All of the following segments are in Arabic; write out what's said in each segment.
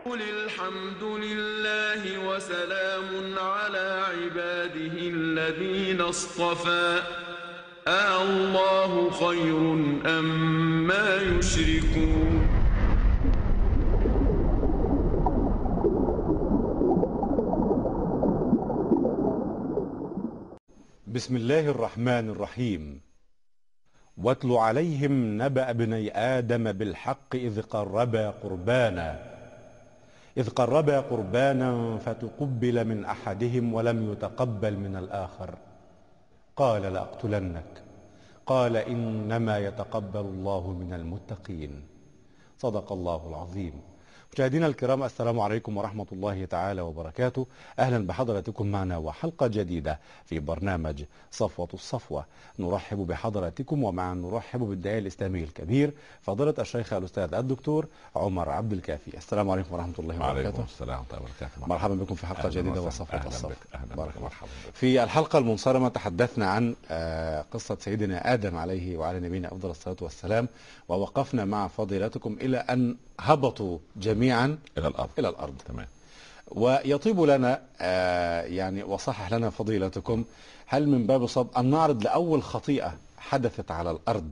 قل الحمد لله وسلام على عباده الذين اصطفى الله خير أما يشركون. بسم الله الرحمن الرحيم. واتل عليهم نبأ ابني آدم بالحق إذ قربا قربانا فتقبل من أحدهم ولم يتقبل من الآخر قال لأقتلنك قال إنما يتقبل الله من المتقين. صدق الله العظيم. مشاهدينا الكرام، السلام عليكم ورحمة الله تعالى وبركاته. أهلا بحضراتكم معنا وحلقة جديدة في برنامج صفوة الصفوة. نرحب بحضراتكم ومعا نرحب بالداعية الإسلامي الكبير فضيلة الشيخ الأستاذ الدكتور عمر عبد الكافي. السلام عليكم ورحمة الله وبركاته. وعليكم السلام ورحمة الله وبركاته. مرحبا بكم في حلقة جديدة وصفوة الصفوة. بارك مرحبا. في الحلقة المنصرمة تحدثنا عن قصة سيدنا آدم عليه وعلى نبينا أفضل الصلاة والسلام، ووقفنا مع فضيلتكم إلى أن هبطوا جميعا إلى الأرض. تمام. ويطيب لنا يعني وصحح لنا فضيلتكم، هل من باب صب أن نعرض لأول خطيئة حدثت على الأرض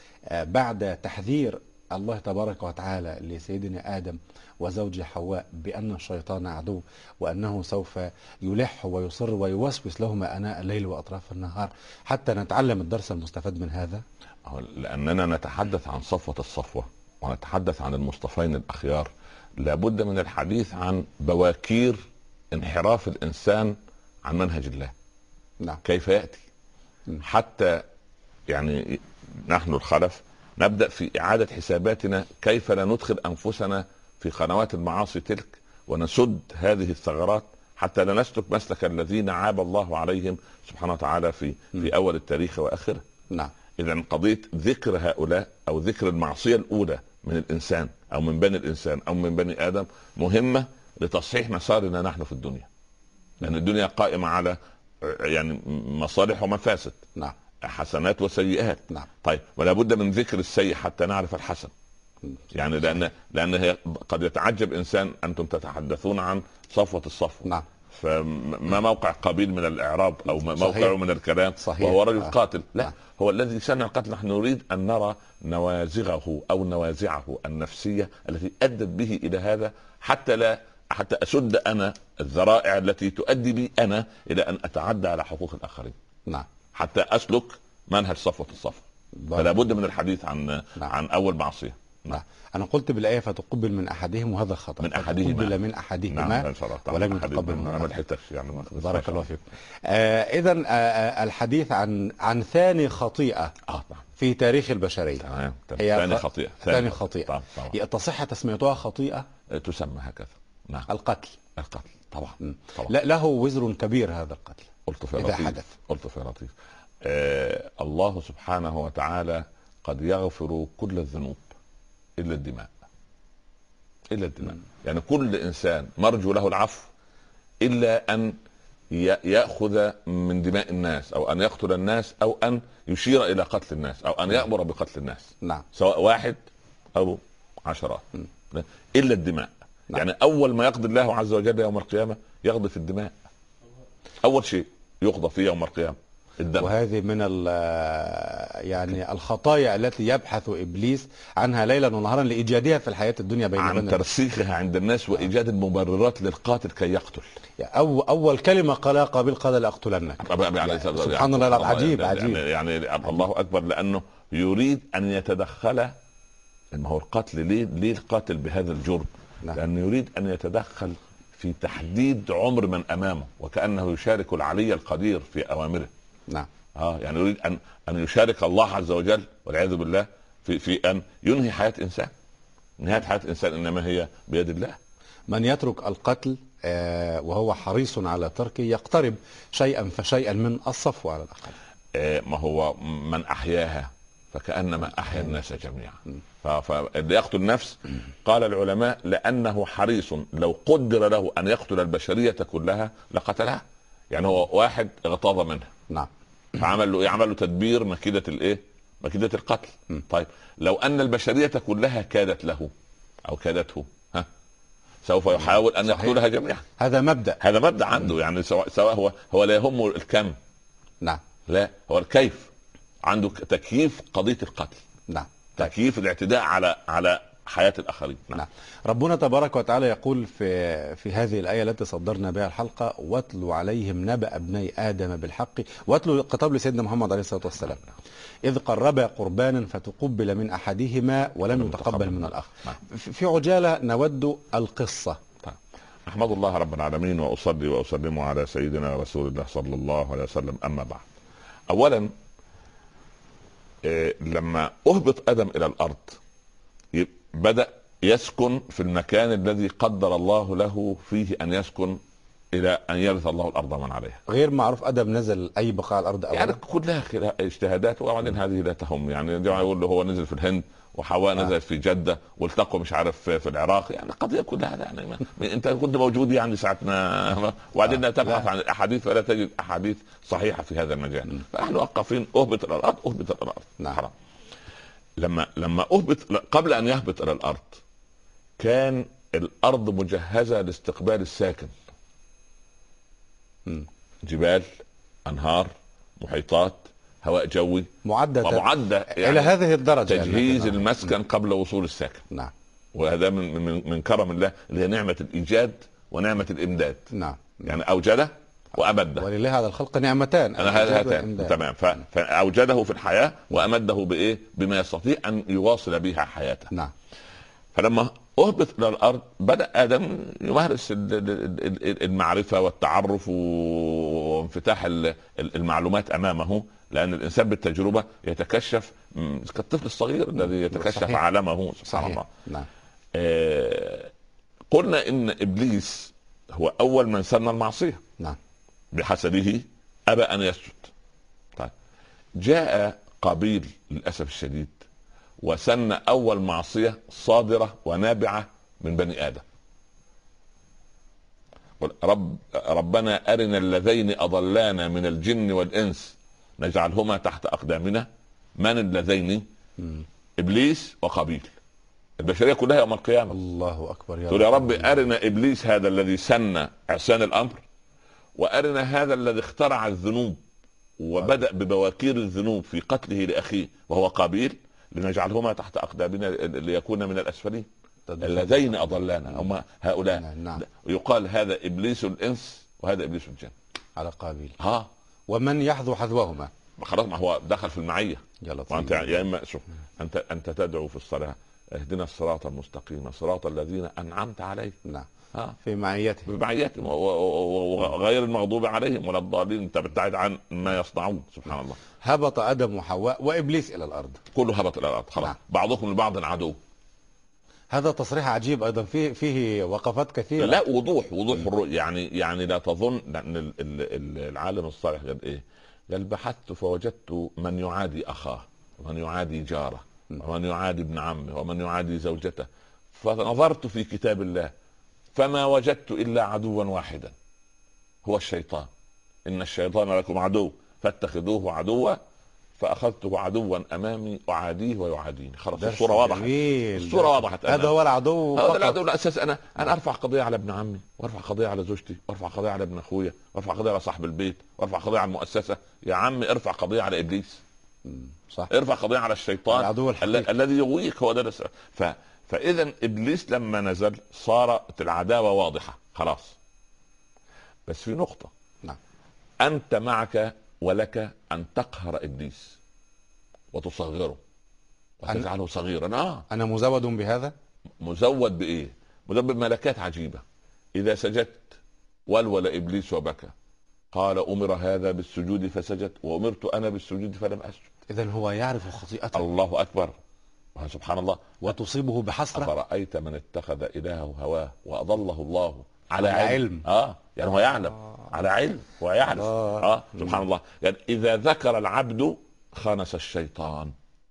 بعد تحذير الله تبارك وتعالى لسيدنا آدم وزوجه حواء بأن الشيطان عدو، وأنه سوف يلح ويصر ويوسوس لهما آناء الليل وأطراف النهار، حتى نتعلم الدرس المستفاد من هذا؟ لأننا نتحدث عن صفوة الصفوة ونتحدث عن المصطفين الأخيار، لابد من الحديث عن بواكير انحراف الإنسان عن منهج الله. نعم. كيف يأتي حتى يعني نحن الخلف نبدأ في إعادة حساباتنا، كيف لا ندخل أنفسنا في قنوات المعاصي تلك ونسد هذه الثغرات حتى لا نسلك مسلك الذين عاب الله عليهم سبحانه وتعالى في أول التاريخ وآخره. نعم. إذا قضية ذكر هؤلاء أو ذكر المعصية الأولى من الإنسان أو من بني الإنسان أو من بني آدم مهمة لتصحيح مسارنا نحن في الدنيا، لأن الدنيا قائمة على يعني مصالح ومفاسد. نعم. حسنات وسيئات. نعم. طيب، ولا بد من ذكر السيء حتى نعرف الحسن. يعني لأن هي قد يتعجب إنسان، أنتم تتحدثون عن صفوة الصفوة. نعم. فما موقع قابيل من الإعراب أو موقعه من الكلام؟ صحيح. وهو رجل قاتل. لا، هو الذي سمع القتل. نحن نريد أن نرى نوازغه أو نوازعه النفسية التي أدت به إلى هذا، حتى أسد أنا الذرائع التي تؤدي بي أنا إلى أن أتعدى على حقوق الآخرين. نعم. حتى أسلك منهج صفوة الصفوة. فلا بد من الحديث عن أول معصية. نعم. أنا قلت بالآية فتقبل من أحدهم، وهذا خطأ. من أحدهما. تقبل من أحدهما. نعم. ولم يتقبل من ما لحقتش يعني. بارك الله فيكم. إذن الحديث عن ثاني خطيئة في تاريخ البشرية. تمام. هي ثاني خطيئة. تصح تسميتها خطيئة؟ تسمى هكذا. نعم. القتل طبعا. لا، له وزر كبير هذا القتل. قلت في إذا لطيف. حدث. قلت في لطيف. الله سبحانه وتعالى قد يغفر كل الذنوب إلا الدماء. يعني كل إنسان مرجو له العفو إلا أن يأخذ من دماء الناس أو أن يقتل الناس أو أن يشير إلى قتل الناس أو أن يأمر بقتل الناس. نعم. سواء واحد أو عشرات. إلا الدماء. نعم. يعني أول ما يقضي الله عز وجل يوم القيامة يقضي في الدماء. أول شيء يقضى فيه يوم القيامة الدم. وهذه من يعني الخطايا التي يبحث إبليس عنها ليلا ونهارا لإيجادها في الحياة الدنيا عن ترسيخها عند الناس وإيجاد المبررات للقاتل كي يقتل. أول كلمة قالها قابيل قال لأقتلنك. سبحان الله. عجيب. يعني الله أكبر، لأنه يريد أن يتدخل. ما هو القتل ليه القاتل بهذا الجرم؟ نعم. لأنه يريد أن يتدخل في تحديد عمر من أمامه، وكأنه يشارك العلي القدير في أوامره. نعم. يعني يريد أن يشارك الله عز وجل والعياذ بالله في أن ينهي حياة إنسان. نهاية حياة إنسان إنما هي بيد الله. من يترك القتل وهو حريص على تركه يقترب شيئا فشيئا من الصفو على الأقل. ما هو من أحياها فكأنما أحيا الناس جميعا. فاللي يقتل نفس، قال العلماء، لأنه حريص لو قدر له أن يقتل البشرية كلها لقتلها. يعني هو واحد اغتاظ منها. نعم. فعمل له يعمل له تدبير مكيدة القتل. طيب، لو أن البشرية كلها كادت له أو كادته سوف يحاول ان يقتلها جميعا. هذا مبدأ عنده، يعني سواء هو لا يهمه الكم. نعم. لا، هو الكيف. عنده تكييف قضية القتل. نعم. تكييف الاعتداء على حياة الآخرين. نعم. ربنا تبارك وتعالى يقول في هذه الآية التي صدرنا بها الحلقة: واتلوا عليهم نبأ ابني آدم بالحق. واتلوا خطاب لسيدنا محمد عليه الصلاة والسلام: إذ قربا قربانا فتقبل من أحدهما ولم يتقبل من الآخر. في عجالة نود القصة. أحمد الله رب العالمين وأصلي وأسلم على سيدنا رسول الله صلى الله عليه وسلم. أما بعد، أولا لما أهبط آدم إلى الأرض بدأ يسكن في المكان الذي قدر الله له فيه أن يسكن إلى أن يرث الله الأرض من عليها. غير معروف آدم نزل أي بقاع الأرض أولا، يعني كلها اجتهادات، وبعدين هذه لا تهم. يعني يقول له هو نزل في الهند، وحواء نزلت في جدة، والتقوا مش عارف في العراق. يعني القضية كلها يعني انت كنت موجود يعني ساعتنا، وبعدين تبحث عن الاحاديث فلا تجد احاديث صحيحة في هذا المجال. فنحن واقفين اهبط الى الارض، اهبط الى الارض. نعم. حرام. لما اهبط، قبل ان يهبط الى الارض كان الارض مجهزة لاستقبال الساكن. جبال، انهار، محيطات، هواء جوي، معدة يعني إلى هذه الدرجة، تجهيز المسكن قبل وصول الساكن. نعم. وهذا من كرم الله، اللي هي نعمة الإيجاد ونعمة الإمداد. نعم. يعني أوجده وأمده. ولله على الخلق نعمتان، هاتان. تمام. فأوجده في الحياة وأمده بإيه؟ بما يستطيع أن يواصل بها حياته. نعم. فلما أهبط إلى الأرض بدأ آدم يمارس المعرفة والتعرف وانفتاح المعلومات أمامه، لأن الإنسان بالتجربة يتكشف كالطفل الصغير الذي يتكشف. صحيح. عالمه. سبحان الله. نعم. قلنا إن إبليس هو أول من سن المعصية. نعم. بحسبه أبى أن يسجد. طيب. جاء قابيل للأسف الشديد وسن أول معصية صادرة ونابعة من بني آدم. ربنا أرنا اللذين أضلانا من الجن والإنس نجعلهما تحت أقدامنا. من اللذين؟ إبليس وقابيل. البشرية كلها يوم القيامة. الله أكبر. يا رب أرنا إبليس هذا الذي سن عصيان الأمر، وأرنا هذا الذي اخترع الذنوب وبدأ ببواكير الذنوب في قتله لأخيه وهو قابيل، لنجعلهما تحت أقدامنا ليكون من الأسفلين. اللذين أضلانا هم هؤلاء. نعم. يقال هذا إبليس الإنس وهذا إبليس الجن على قابيل. ومن يحذو حذوهما. خلاص، ما هو دخل في المعية. وأنت يا إما شوف، أنت تدعو في الصلاة: اهدنا الصراط المستقيم صراط الذين أنعمت عليهم. نعم. في معيتهم وغير المغضوب عليهم ولا الضالين. انت بتبتعد عن ما يصنعون. سبحان الله. هبط آدم وحواء وإبليس إلى الأرض. كله هبط إلى الأرض. خلاص. بعضكم لبعض عدو. هذا تصريح عجيب أيضا، فيه وقفات كثيرة. لا، وضوح الرؤية. يعني لا تظن أن العالم الصالح قال إيه؟ قال: بحثت فوجدت من يعادي أخاه، ومن يعادي جاره، ومن يعادي ابن عمه، ومن يعادي زوجته. فنظرت في كتاب الله فما وجدت إلا عدوا واحدا، هو الشيطان. إن الشيطان لكم عدو فاتخذوه عدوا، فأخذته عدوا أمامي أعاديه ويعاديني. خلاص، الصورة واضحة. الصورة وضحت. هذا هو العدو. هذا العدو الأساس. أنا أرفع قضية على ابن عمي، وأرفع قضية على زوجتي، وأرفع قضية على ابن أخويا، وأرفع قضية على صاحب البيت، وأرفع قضية على المؤسسة. يا عمي ارفع قضية على إبليس. صح. ارفع قضية على الشيطان الذي يغويك. هو ده. فإذا إبليس لما نزل صارت العداوة واضحة. خلاص. بس في نقطة. نعم. أنت معك ولك أن تقهر إبليس وتصغره وتجعله صغيرا. أنا مزود بهذا. مزود بإيه؟ مزود بملكات عجيبة. إذا سجدت ولول إبليس وبكى، قال: أمر هذا بالسجود فسجد، وأمرت أنا بالسجود فلم أسجد. إذا هو يعرف خطيئته. الله أكبر. سبحان الله. وتصيبه بحسرة. أفرأيت من اتخذ إلهه هواه وأضله الله على علم. يعني هو يعلم. على علم. هو يعلم. سبحان الله. يعني إذا ذكر العبد خانس الشيطان.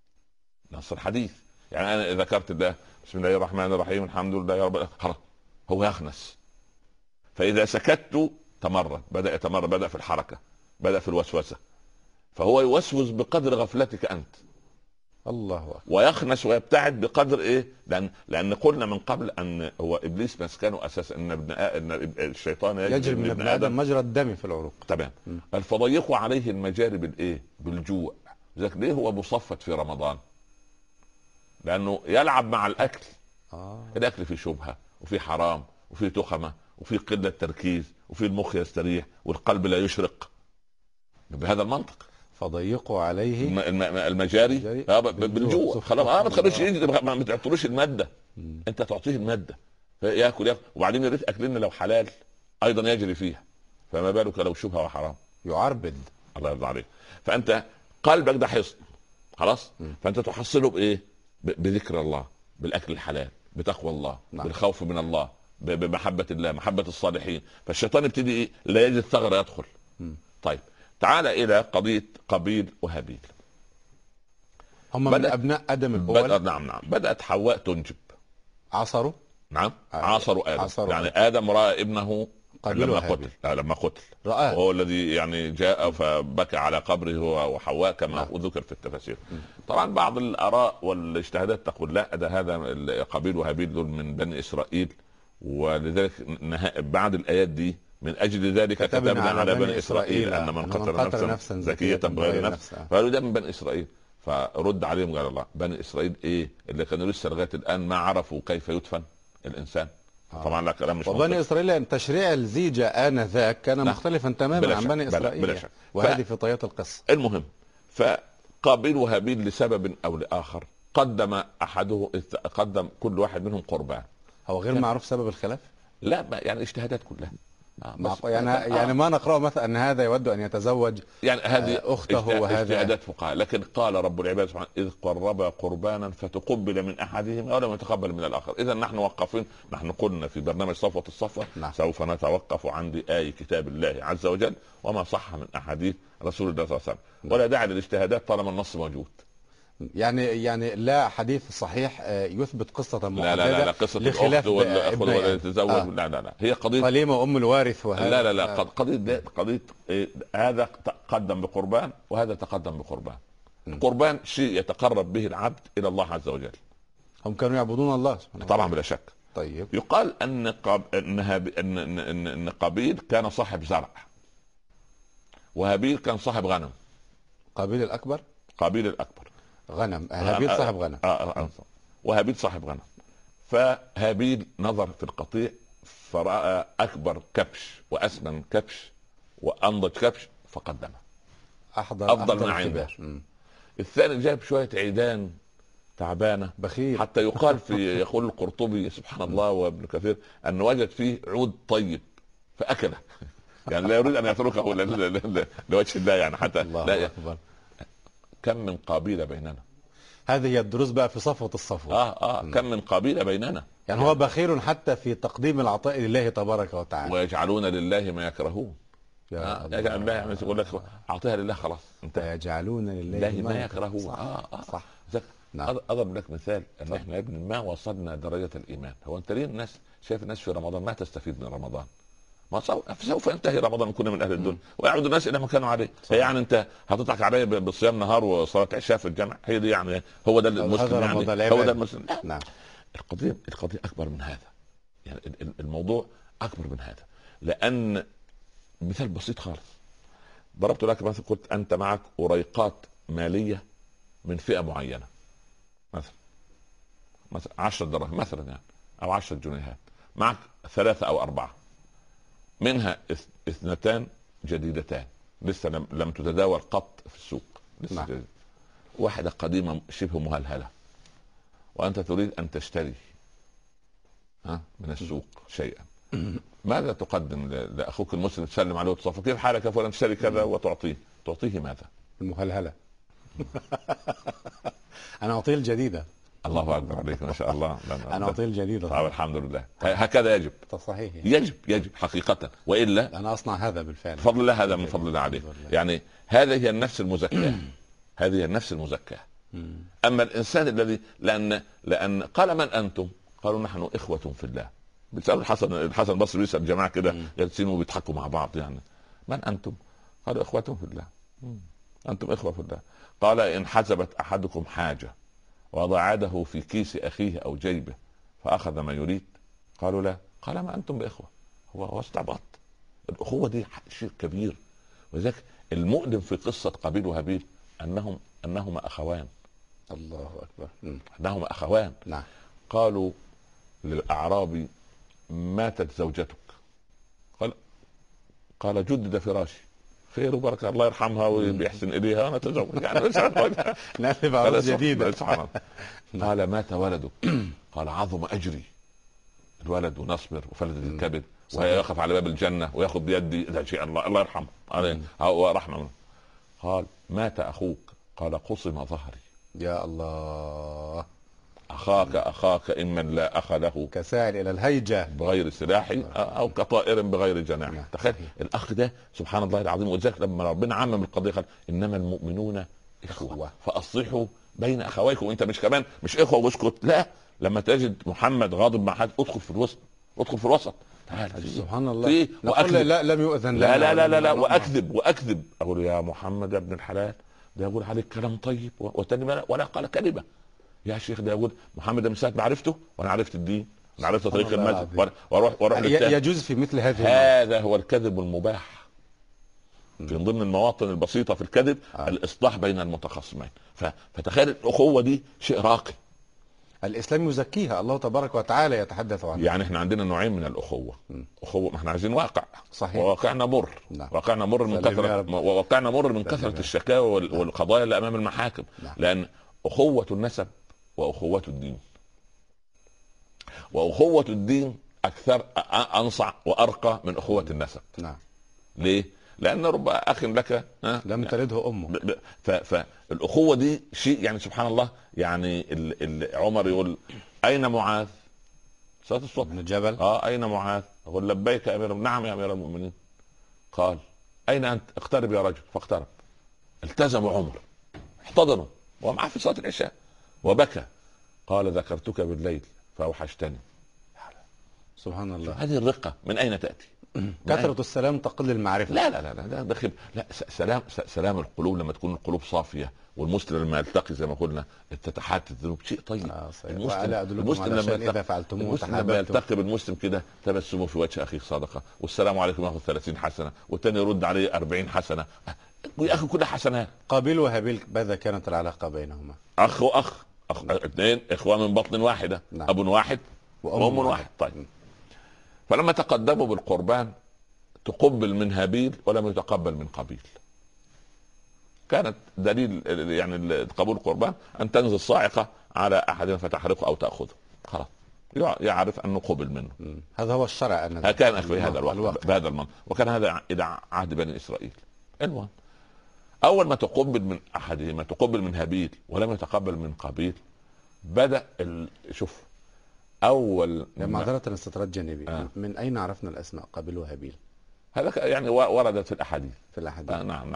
نص الحديث. يعني أنا ذكرت الله بسم الله الرحمن الرحيم الحمد لله يا رب، خلاص هو يخنس. فإذا سكت تمرد، بدأ في الحركة، بدأ في الوسوسة. فهو يوسوس بقدر غفلتك أنت. الله أكبر. ويخنس ويبتعد بقدر ايه؟ لان قلنا من قبل ان هو ابليس مسكنه اساسا ان الشيطان يجري من ابن ادم مجرى الدم في العروق. تمام. قال فضيقوا عليه المجاري بالايه؟ بالجوع. ذاك ليه هو مصفد في رمضان؟ لانه يلعب مع الاكل. الاكل فيه شبهه وفيه حرام وفيه تخمه وفيه قله تركيز وفيه المخ يستريح والقلب لا يشرق بهذا المنطق. فضيقوا عليه المجاري بالجوع. خلاص ما تخلوش يجي، ما تعطلوش الماده. انت تعطيه الماده فياكل وبعدين يا ريت اكلنا لو حلال ايضا يجري فيها، فما بالك لو شبهه وحرام يعربد. الله يرضى عليك. فانت قلبك ده حصن خلاص. فانت تحصله بايه؟ بذكر الله، بالاكل الحلال، بتقوى الله، بالخوف من الله، بمحبه الله، محبه الصالحين. فالشيطان يبتدي ايه؟ لا يجد ثغره يدخل. طيب تعال الى قضيه قابيل وهابيل. هم من ابناء ادم الاول. نعم. بدات حواء تنجب. عصروا. نعم عاصروا ادم. يعني ادم راى ابنه لما قتل رآه، وهو الذي يعني جاء فبكى على قبره هو وحواء كما ذكر في التفاسير. طبعا بعض الاراء والاجتهادات تقول لا، ده هذا قابيل وهابيل دول من بني اسرائيل، ولذلك بعد الايات دي من اجل ذلك كتبنا على بني اسرائيل ان من قتل نفسا زكيه بغير نفس فقالوا ده من بني اسرائيل. فرد عليهم قال الله بني اسرائيل ايه اللي كانوا لسه لغايه الان ما عرفوا كيف يدفن الانسان. طبعا لا كلام مش وبني اسرائيل ان تشريع الزيجه انذاك كان مختلفا تماما عن بني اسرائيل، وهذه في طيات القصه. المهم فقابيل وهابيل لسبب او لاخر قدم كل واحد منهم قربان. هو غير معروف سبب الخلاف؟ لا يعني اجتهادات كلها. يعني ما نقرأ مثلا ان هذا يود ان يتزوج يعني هذه اخته وهذا اجتهادات فقهاء، لكن قال رب العباد سبحانه اذ قربا قربانا فتقبل من احدهما ولم يتقبل من الاخر. اذا نحن موقفين. نحن قلنا في برنامج صفوة الصفوة سوف نتوقف عند آي كتاب الله عز وجل وما صح من احاديث رسول الله صلى الله عليه وسلم، ولا داعي للاجتهادات طالما النص موجود. يعني لا حديث صحيح يثبت قصة محددة. لا قصة الأخت والأخ ولا يتزوج. لا هي قضية قليمة أم الوارث وهذا. لا قضية هذا تقدم بقربان وهذا تقدم بقربان. قربان شيء يتقرب به العبد إلى الله عز وجل. هم كانوا يعبدون الله سبحانه طبعا بلا شك. طيب يقال أن قابيل كان صاحب زرع وهابيل كان صاحب غنم. قابيل الأكبر غنم، هابيل صاحب غنم. وهابيل صاحب غنم. فهابيل نظر في القطيع فرأى أكبر كبش وأسمن كبش وأنضج كبش فقدمه أفضل ما عنده. الثاني جاب شوية عيدان تعبانة بخيل حتى يقال يقول القرطبي سبحان الله وابن كثير أن وجد فيه عود طيب فأكله. يعني لا يريد أن يتركه لوجه الله يعني حتى لا أكبر. كم من قابيل بيننا. هذه هي الدروس بقى في صفوة الصفوة. كم من قابيل بيننا. يعني هو بخير حتى في تقديم العطاء لله تبارك وتعالى. ويجعلون لله ما يكرهون. يجعل الله يعني يقول لك اعطيها لله خلاص انت. يجعلون لله ما يكرهون. صح. اضرب لك مثال ان احنا يا ابني ما وصلنا درجة الايمان. هو انت ليه الناس شايف الناس في رمضان ما تستفيد من رمضان؟ ما سوف ينتهي رمضان نكون من اهل الدنيا ويعود الناس الى ما كانوا عليه. يعني انت هتضحك علي بالصيام نهار وصلاه عشاء في الجامع؟ هي دي يعني هو ده المسلم؟ يعني هو ده المسلم؟ نعم. القضيه اكبر من هذا. يعني الموضوع اكبر من هذا. لان مثال بسيط خالص ضربت لك مثلا، قلت انت معك وريقات ماليه من فئه معينه مثلا 10 دراهم مثلا يعني او 10 جنيهات، معك 3 أو 4 منها 2 جديدتان لسه لم تتداول قط في السوق لسه. نعم. واحدة قديمة شبه مهلهلة وأنت تريد أن تشتري من السوق شيئا. ماذا تقدم لأخوك المسلم؟ تسلم عليه وتصفى كيف حالك يا فلان، تشتري كذا تعطيه ماذا؟ المهلهلة. أنا أعطيه الجديدة. الله اكبر عليك ما شاء الله. انا اعطيه الجديد. طبعا الحمد لله هكذا يجب. صحيح. يجب حقيقه، والا انا اصنع هذا بالفعل. فضل الله، هذا من فضل الله عليك. يعني هذه هي النفس المزكاه. هذه هي النفس المزكاه. اما الانسان الذي لان قال من انتم؟ قالوا نحن اخوه في الله. بيسالوا الحسن البصري بيسال جماعه كده جالسين وبيضحكوا مع بعض، يعني من انتم؟ قالوا اخوه في الله. انتم اخوه في الله. قال ان حزبت احدكم حاجه وضع يده في كيس اخيه او جيبه فاخذ ما يريد، قالوا لا، قال ما انتم باخوه. هو استعبط. الاخوه دي شيء كبير. ولذلك المؤلم في قصه قابيل وهابيل انهما اخوان. الله اكبر. انهما اخوان. نعم. قالوا للاعرابي ماتت زوجتك، قال جدد فراشي. خير وبركه، الله يرحمها وبيحسن اليها وانا اتزوج يعني نقلب عروس جديده. قال مات ولدك، قال عظم اجري الولد ونصبر وفلذ الكبد ويقف على باب الجنه وياخذ بيدي. ده شيء الله يرحمه ورحمه. قال مات اخوك، قال قصم ظهري. يا الله. اخاك امن لا اخ له كسائل الى الهيجه بغير سلاح او كطائر بغير جناح. تخيل الاخ ده سبحان الله العظيم. ولذلك لما ربنا عمم القضيه قال انما المؤمنون اخوه فاصلحوا بين اخويكم. انت مش كمان مش اخوه واسكت، لا، لما تجد محمد غاضب مع حد ادخل في الوسط، ادخل في الوسط. سبحان الله. لا لم يؤذن لا لا لا لا, لا واكذب اقول يا محمد يا ابن الحلال، ده يقول عليك كلام طيب وتاني ولا قال كلمه. يا شيخ ده يقول محمد من ساعه ما عرفته وانا عرفت الدين، انا عرفت طريق المسجد واروح يجوز في مثل هذا هو الكذب المباح. في ضمن المواطن البسيطه في الكذب الاصلاح بين المتخاصمين. فتخيل الاخوه دي شيء راقي. الاسلام يزكيها، الله تبارك وتعالى يتحدث عنها. يعني احنا عندنا نوعين من الاخوه. اخوه ما احنا عايزين واقع صحيح، وواقعنا مر. نعم. واقعنا مر من كثره، وواقعنا مر من كثره الشكاوى والقضايا اللي امام المحاكم. نعم. لان اخوه النسب واخوه الدين، واخوه الدين اكثر انصع وارقى من اخوه النسب. نعم. ليه؟ لان رب اخ لك لم تلده امه. فالاخوه دي شيء يعني سبحان الله. يعني عمر يقول اين معاذ؟ صلاه الصبح بن الجبل. اين معاذ؟ يقول لبيك يا امير. نعم يا امير المؤمنين. قال اين انت؟ اقترب يا رجل. فاقترب. التزم عمر، احتضنه ومعه في صلاه العشاء وبكى. قال ذكرتك بالليل فاوحشتني. سبحان الله. هذه الرقه من اين تاتي؟ كثرة السلام تقل المعرفة. لا لا لا لا ده خير. لا، سلام القلوب لما تكون القلوب صافية، والمسلم لما يلتقي زي ما قلنا تتحات الذنوب شيء طيب. المسلم إذا فعلتموه لما يلتقي بالمسلم كده تبسمه في وجه أخيك صدقة، والسلام عليكم ياخذ 30 حسنة والثاني يرد عليه 40 حسنة. يا أخي كل حسنات. قابيل وهابيل ماذا كانت العلاقة بينهما؟ أخ وأخ، اثنين إخوة من بطن واحدة. نعم. أب واحد وأم واحد. طيب فلما تقدموا بالقربان تقبل من هابيل ولم يتقبل من قابيل. كانت دليل يعني قبول القربان ان تنزل صاعقه على احدهم فتحرقه او تاخذه، خلاص يعرف انه قبل منه. هذا هو الشرع. كان في هذا الوقت بهذا المنطق، وكان هذا الى عهد بني اسرائيل. المهم اول ما تقبل من احدهما، تقبل من هابيل ولم يتقبل من قابيل، بدا شوف اول معذرة الاستطراد جانبي. من اين عرفنا الاسماء قابيل وهابيل؟ هذا يعني وردت في الاحاديث. نعم.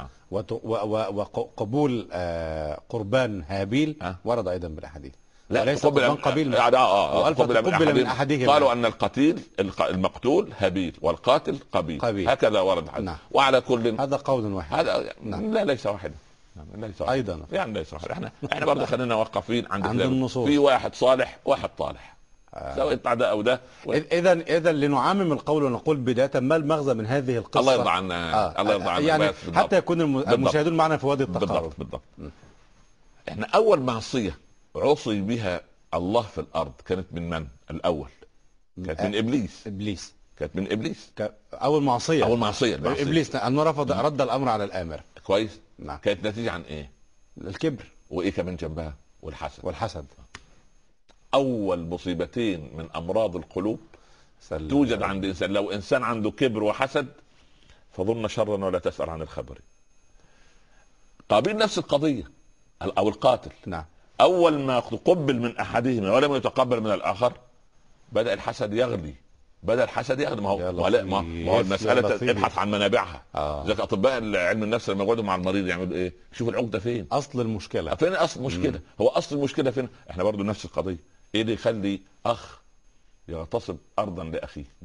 وقبول قربان هابيل ورد ايضا بالاحاديث. لا ليس قربان قابيل قبل من احدهما. قالوا ان المقتول هابيل والقاتل قابيل. هكذا ورد الحديث. نعم. وعلى كل هذا قول واحد. هذا نعم. لا ليس واحدا. ليس واحد. ايضا يعني ليس واحد. احنا برضه خلينا واقفين عند النصوص. في واحد صالح واحد طالح. سواء ده او ده. اذا لنعمم القول ونقول بدايه ما المغزى من هذه القصه. الله يرضى عنا. الله يرضى عنا. يعني حتى يكون المشاهدون معنا في وادي التقارب. بالضبط. احنا اول معصيه عصي بها الله في الارض كانت من الاول كانت من ابليس. كانت من ابليس. اول معصيه ابليس انه رد الامر على الامر. كويس. نعم. كانت نتيجه عن ايه؟ الكبر. وايه كمان جنبها؟ والحسد. اول مصيبتين من امراض القلوب توجد عند انسان. لو انسان عنده كبر وحسد فظن شرا ولا تسأل عن الخبر. قابيل نفس القضية او القاتل. نعم. اول ما تقبل من احدهما ولم يتقبل من الاخر بدأ الحسد يغلي. ما هو المسألة ابحث عن منابعها. ذلك اطباء علم النفس لما يقعدوا مع المريض يعملوا ايه؟ شوف العقدة فين، اصل المشكلة فين. اصل المشكلة هو اصل المشكلة فين. احنا برضو نفس القضية. ايه اللي يخلي اخ يغتصب ارضا لاخيه؟ ليه؟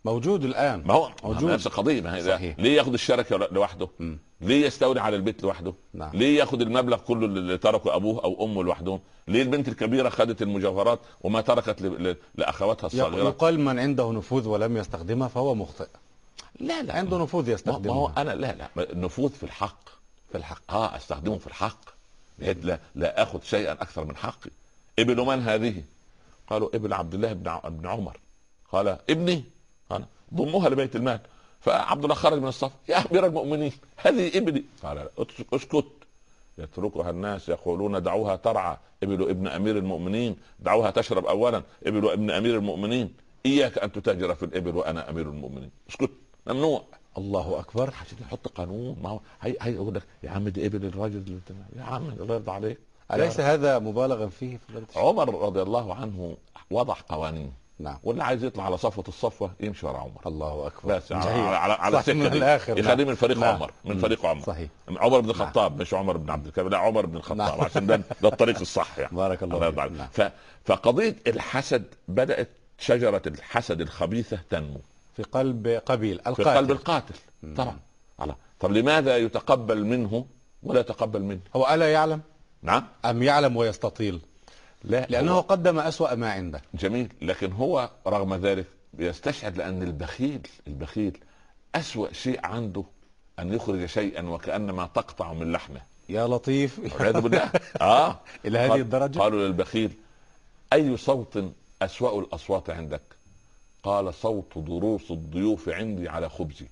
موجود الآن. ما هو موجود. نفس القضيه. ما هي صحيح. ليه ياخد الشركه لوحده؟ ليه يستولي على البيت لوحده؟ نعم. ليه ياخد المبلغ كله اللي تركه ابوه او امه لوحدهم؟ ليه البنت الكبيره خدت المجوهرات وما تركت لاخواتها الصغيره؟ يقال من عنده نفوذ ولم يستخدمها فهو مخطئ. لا لا، عنده نفوذ يستخدمها. ما هو انا لا النفوذ في الحق. في الحق استخدمه في الحق، بحيث لا اخذ شيئا اكثر من حقي. ابن من هذه؟ قالوا ابن عبد الله بن عمر. قال ابني، قال ضموها لبيت المال. فعبد الله خرج من الصف: يا امير المؤمنين هذه ابني. قال اسكت، يتركها الناس يقولون دعوها ترعى، ابن امير المؤمنين، دعوها تشرب اولا، ابن امير المؤمنين، اياك ان تتاجر في الابل وانا امير المؤمنين، اسكت، ممنوع. الله اكبر. عشان يحط قانون. ما هو هي يقول لك يا عم دي ابل الراجل، يا عم الله يرضى عليك. أليس هذا مبالغا فيه؟ عمر رضي الله عنه وضع قوانين. نعم. واللي عايز يطلع على صفوة الصفوة يمشي ورا عمر. الله اكبر. بس على السكه من الاخر يخليه من فريق عمر، من فريق عمر. صحيح. عمر بن الخطاب، مش عمر بن عبد الكريم، لا عمر بن الخطاب، عشان ده الطريق الصح يعني. بارك الله فيك. فقضيه الحسد بدات شجره الحسد الخبيثه تنمو في قلب قبيل القاتل. في قلب القاتل طبعا. طب لماذا يتقبل منه ولا يتقبل منه؟ هو ألا يعلم؟ نعم. أم يعلم ويستطيل؟ لا، لأنه قدم أسوأ ما عنده. جميل، لكن هو رغم ذلك يستشعر، لأن البخيل أسوأ شيء عنده أن يخرج شيئا وكأنما تقطع من لحمه. يا لطيف. والعياذ بالله. إلى هذه الدرجة. قالوا للبخيل: أي صوت أسوأ الأصوات عندك؟ قال: صوت ضروس الضيوف عندي على خبزي.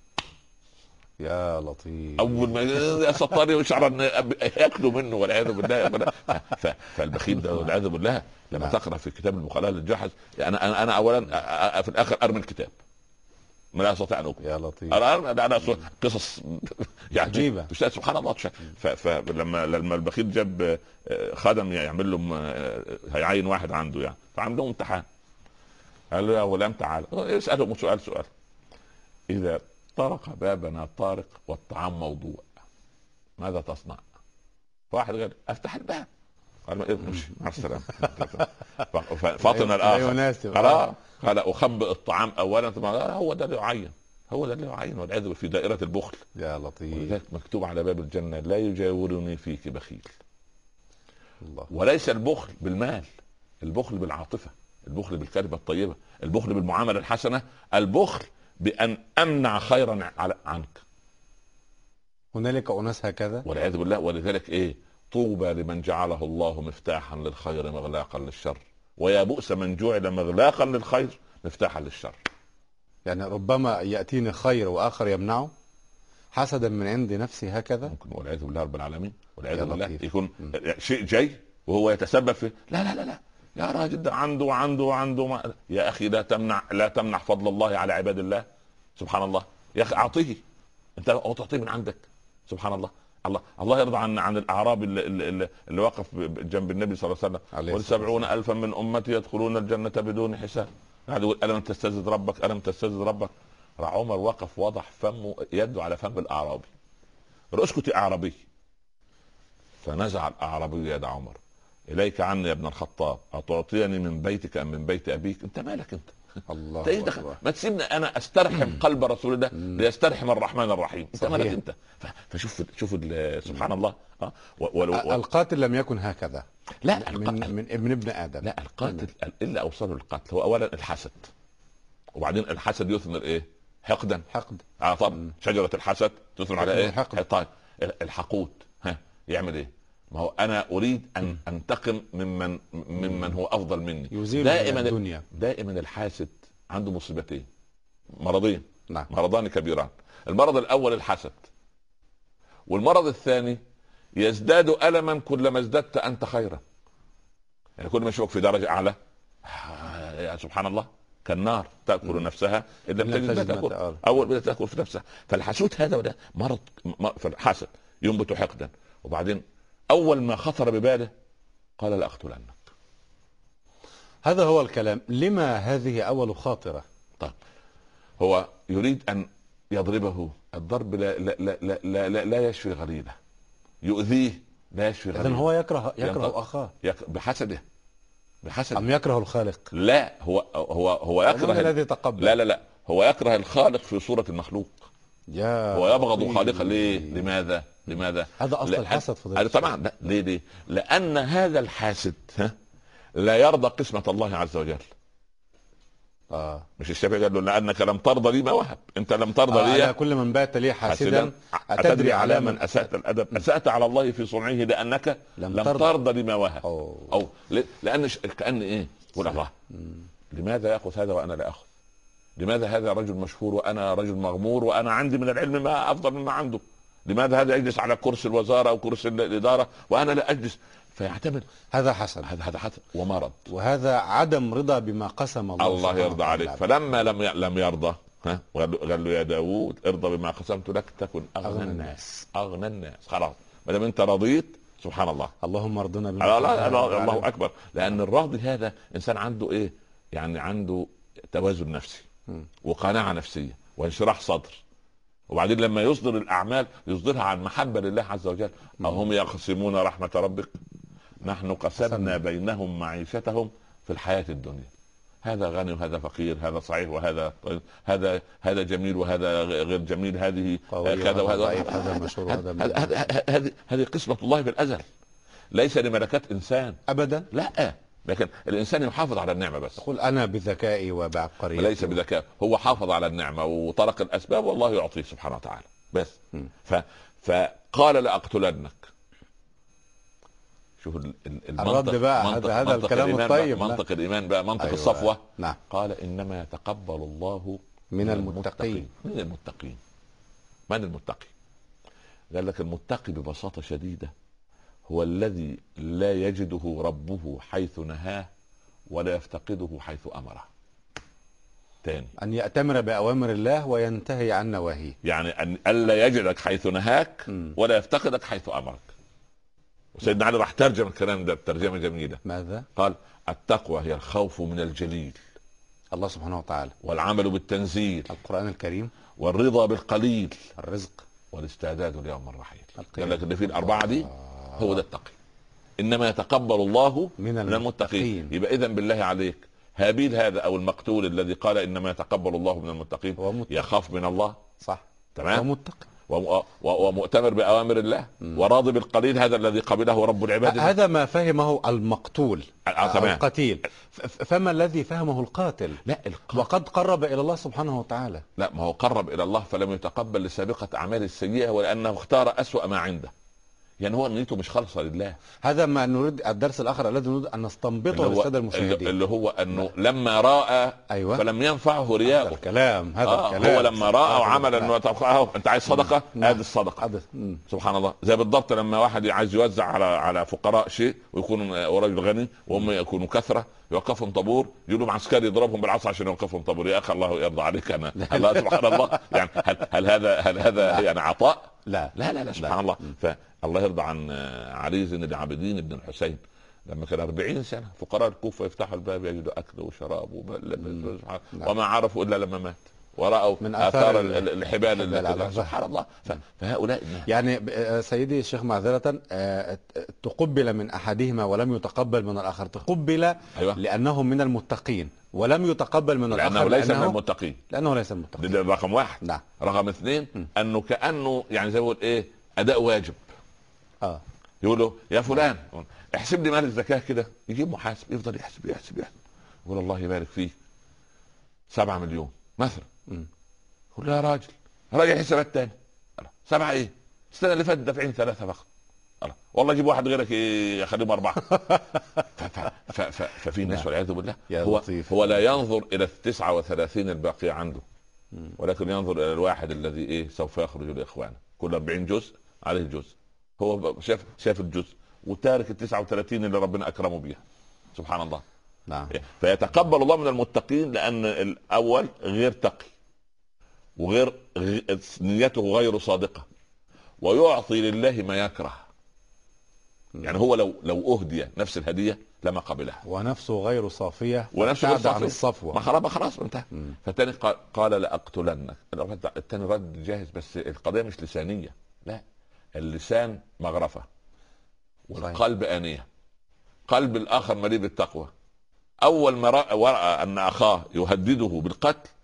يا لطيف. اول ما يسطر يشعر ان ياكلوا منه والعياذ بالله. فالبخيل ده والعياذ بالله لما تقرا في كتاب البخلاء للجحش، يعني انا اولا في الاخر ارمي الكتاب، ما لا استطيع ان اكتب. يا لطيف. انا قصص يعني عجيبه سبحان الله. فلما البخيل جاب خدم يعمل له، هيعين واحد عنده يعني، فعندهم امتحان. قال له: يا غلام تعال. يساله سؤال: اذا طرق بابنا طارق والطعام موضوع ماذا تصنع؟ واحد قال: افتح الباب. قال: امشي مع السلامه. فطن الاخر قال: اخبئ الطعام اولا ثم هو ده اللي يعين، والعياذ في دائره البخل. يا لطيف. ولذلك مكتوب على باب الجنه: لا يجاورني فيك بخيل. الله. وليس البخل بالمال، البخل بالعاطفه، البخل بالكلمه الطيبه، البخل بالمعامله الحسنه، البخل بأن أمنع خيرا عنك. هنالك أناس هكذا والعياذ بالله. ولذلك طوبى لمن جعله الله مفتاحا للخير مغلاقا للشر، ويا بؤس من جعل مغلاقا للخير مفتاحا للشر. يعني ربما يأتيني خير وآخر يمنعه حسدا من عند نفسي هكذا. ممكن. والعياذ بالله رب العالمين. والعياذ بالله يكون شيء جاي وهو يتسبب في لا يا راجل ده عنده يا اخي لا تمنع فضل الله على عباد الله. سبحان الله. يا اخي اعطيه انت، او تعطيه من عندك. سبحان الله. الله يرضى عن الاعرابي اللي وقف جنب النبي صلى الله عليه وسلم: 70,000 من امتي يدخلون الجنه بدون حساب. قاعد يقول: الم تستزد ربك. راح عمر وقف وضع فمه يده على فم الاعرابي: اسكت يا اعرابي. فنزع الاعرابي يد عمر: اليك عني يا ابن الخطاب، اتعطيني من بيتك ام من بيت ابيك؟ انت مالك انت؟ الله. ما تسيبني انا استرحم قلب رسول الله ليسترحم الرحمن الرحيم. انت مالك انت؟ فشوف سبحان الله. القاتل لم يكن هكذا. لا، من ابن ادم. لا، القاتل اللي اوصله القتل هو اولا الحسد، وبعدين الحسد يثمر حقد. طب شجره الحسد تثمر على حقد. طيب الحقود يعمل ما هو انا اريد ان انتقم ممن هو افضل مني. دائما الحاسد عنده مصيبتين، مرضين. نعم. مرضان كبيران. المرض الاول الحسد، والمرض الثاني يزداد ألما كلما ازددت انت خيرا. يعني كل ما يشوفك في درجه اعلى يا سبحان الله كالنار تاكل نفسها اذا لم تجد ما تاكل. اول بدأت تاكل في نفسها. فالحسود هذا وده مرض. فالحسد ينبت حقدا، وبعدين أول ما خطر بباله قال: لأقتلنك. هذا هو الكلام. لما هذه أول خاطرة؟ طيب هو يريد أن يضربه الضرب لا يشفي غريبة، يؤذيه لا يشفي غريبة. إذن هو يكره أخاه بحسده. أم يكره الخالق؟ لا، هو يكره الذي تقبل. لا هو يكره الخالق في صورة المخلوق، هو يبغض خالقه. ليه؟ لماذا؟ هذا اصل الحسد هذا طبعا. لا، ليه؟ لان هذا الحاسد لا يرضى قسمة الله عز وجل. مش الشافعي قال له لانك لم ترضى لي ما وهب، انت لم ترضى لي. على كل من بات لي حاسدا اتدري على من اسأت الادب؟ اسأت على الله في صنعه لانك لم ترضى لما وهب. او لان كأن ايه؟ قول الله لماذا ياخذ هذا وانا لا اخذ؟ لماذا هذا رجل مشهور وانا رجل مغمور وانا عندي من العلم ما افضل مما عنده؟ لماذا هذا يجلس على كرسي الوزاره او كرسي الاداره وانا لا اجلس؟ فيعتمد هذا حسن، هذا حسن ومرض، وهذا عدم رضا بما قسم الله يرضى عليك. فلما لم يرضى قال له يا داوود ارضى بما قسمت لك تكن اغنى الناس. خلاص ما دام انت رضيت، سبحان الله، اللهم ارضنا بما الله اكبر. لان الراضي هذا انسان عنده ايه؟ يعني عنده توازن نفسي وقناعه نفسيه وانشراح صدر. وبعدين لما يصدر الاعمال يصدرها عن محبه لله عز وجل. هم يقسمون رحمه ربك نحن قسمنا بينهم معيشتهم في الحياه الدنيا، هذا غني وهذا فقير، هذا صحيح وهذا هذا جميل وهذا غير جميل، هذه كذا وهذا هذا مشهور هذه قسمه الله بالازل، ليس لملكات انسان ابدا. لا، لكن الانسان يحافظ على النعمه بس. يقول انا بذكائي وبعبقريتي، ليس بذكاء، هو حافظ على النعمه وترك الاسباب والله يعطيه سبحانه وتعالى بس. فقال لاقتلنك. شوف الرد بقى، هذا الكلام الطيب، منطق الايمان بقى، منطق الصفوه. نعم. قال انما يتقبل الله من المتقين. من المتقين. من المتقي؟ قال لك المتقي ببساطه شديده هو الذي لا يجده ربه حيث نهاه ولا يفتقده حيث امره. تاني، ان يأتمر بأوامر الله وينتهي عن نواهيه، يعني ان الا يجدك حيث نهاك ولا يفتقدك حيث امرك. وسيدنا علي راح ترجم الكلام ده بترجمه جميله. ماذا قال؟ التقوى هي الخوف من الجليل، الله سبحانه وتعالى، والعمل بالتنزيل، القرآن الكريم، والرضا بالقليل، الرزق، والاستعداد ليوم الرحيل. قال لك اللي فيه الاربعه دي هو ده التقي. انما يتقبل الله من المتقين. يبقى اذا بالله عليك، هابيل هذا او المقتول الذي قال انما يتقبل الله من المتقين يخاف من الله، صح، تمام، ومتقي ومؤتمر بأوامر الله وراضي بالقليل، هذا الذي قبله رب العباد. هذا ما فهمه المقتول القتيل. فما الذي فهمه القاتل؟ لا، وقد قرب إلى الله سبحانه وتعالى. لا، ما هو قرب إلى الله فلم يتقبل لسابقة أعمال السيئة ولأنه اختار أسوأ ما عنده. يعني هو نيته مش خالصة لله. هذا ما نريد الدرس الآخر الذي نريد أن نستنبطه للسادة المشاهدين، اللي هو أنه لما رأى فلم ينفعه رياءه. هذا الكلام هو لما رأى وعمل أنه أنت عايز صدقة، هذه الصدقة. سبحان الله. زي بالضبط لما واحد عايز يوزع على فقراء شيء ويكون رجل غني وهم يكونوا كثرة، يوقفهم طابور، يجوا عسكري يضربهم بالعصا عشان يوقفهم طابور. يا أخي الله يرضى عليك، أنا الله سبحان الله. يعني هل هذا يعني عطاء؟ لا لا لا, لا سبحان الله. فالله يرضى عن علي زين العابدين بن الحسين لما كان 40 سنة فقراء الكوفة يفتحوا الباب يجدوا أكل وشراب وما عرفوا إلا لما مات ورأوا من آثار الحبال. سبحان الله. فهؤلاء يعني سيدي الشيخ معذرة، تقبل من أحدهما ولم يتقبل من الآخر. تقبل لأنه من المتقين ولم يتقبل من الآخر لأنه ليس من المتقين. لأنه ليس من المتقين. ده رقم واحد. نعم. رقم اثنين أنه كأنه يعني زي ما بقول إيه، أداء واجب. يقول له يا فلان احسب لي مال الزكاة كده، يجيب محاسب يفضل يحسب يقول الله يبارك فيك 7 مليون مثلا. يقول له يا راجل راجع حسابات تاني. 7 ايه؟ السنة اللي فاتت دافعين 3 فقط. والله جيب واحد غيرك يخليهم 4. ففي ناس والعياذ بالله هو لا ينظر الى 39 الباقية عنده، ولكن ينظر الى الواحد الذي ايه سوف يخرج لاخوانه. كل 40 جزء عليه جزء، هو شاف الجزء وتارك 39 اللي ربنا اكرمه بيها. سبحان الله. نعم. فيتقبل الله من المتقين لان الاول غير تقي وغير نيته غير صادقة، ويعطي لله ما يكره. يعني هو لو اهدي نفس الهدية لما قبلها، ونفسه غير صافية، ونفسه غير صافية. الصفوة ما خلاص انتهى. فالتاني قال لأقتلنك. التاني رد جاهز، بس القضية مش لسانية، لا، اللسان مغرفة والقلب آنية. قلب الآخر مليء بالتقوى. أول ما رأى أن أخاه يهدده بالقتل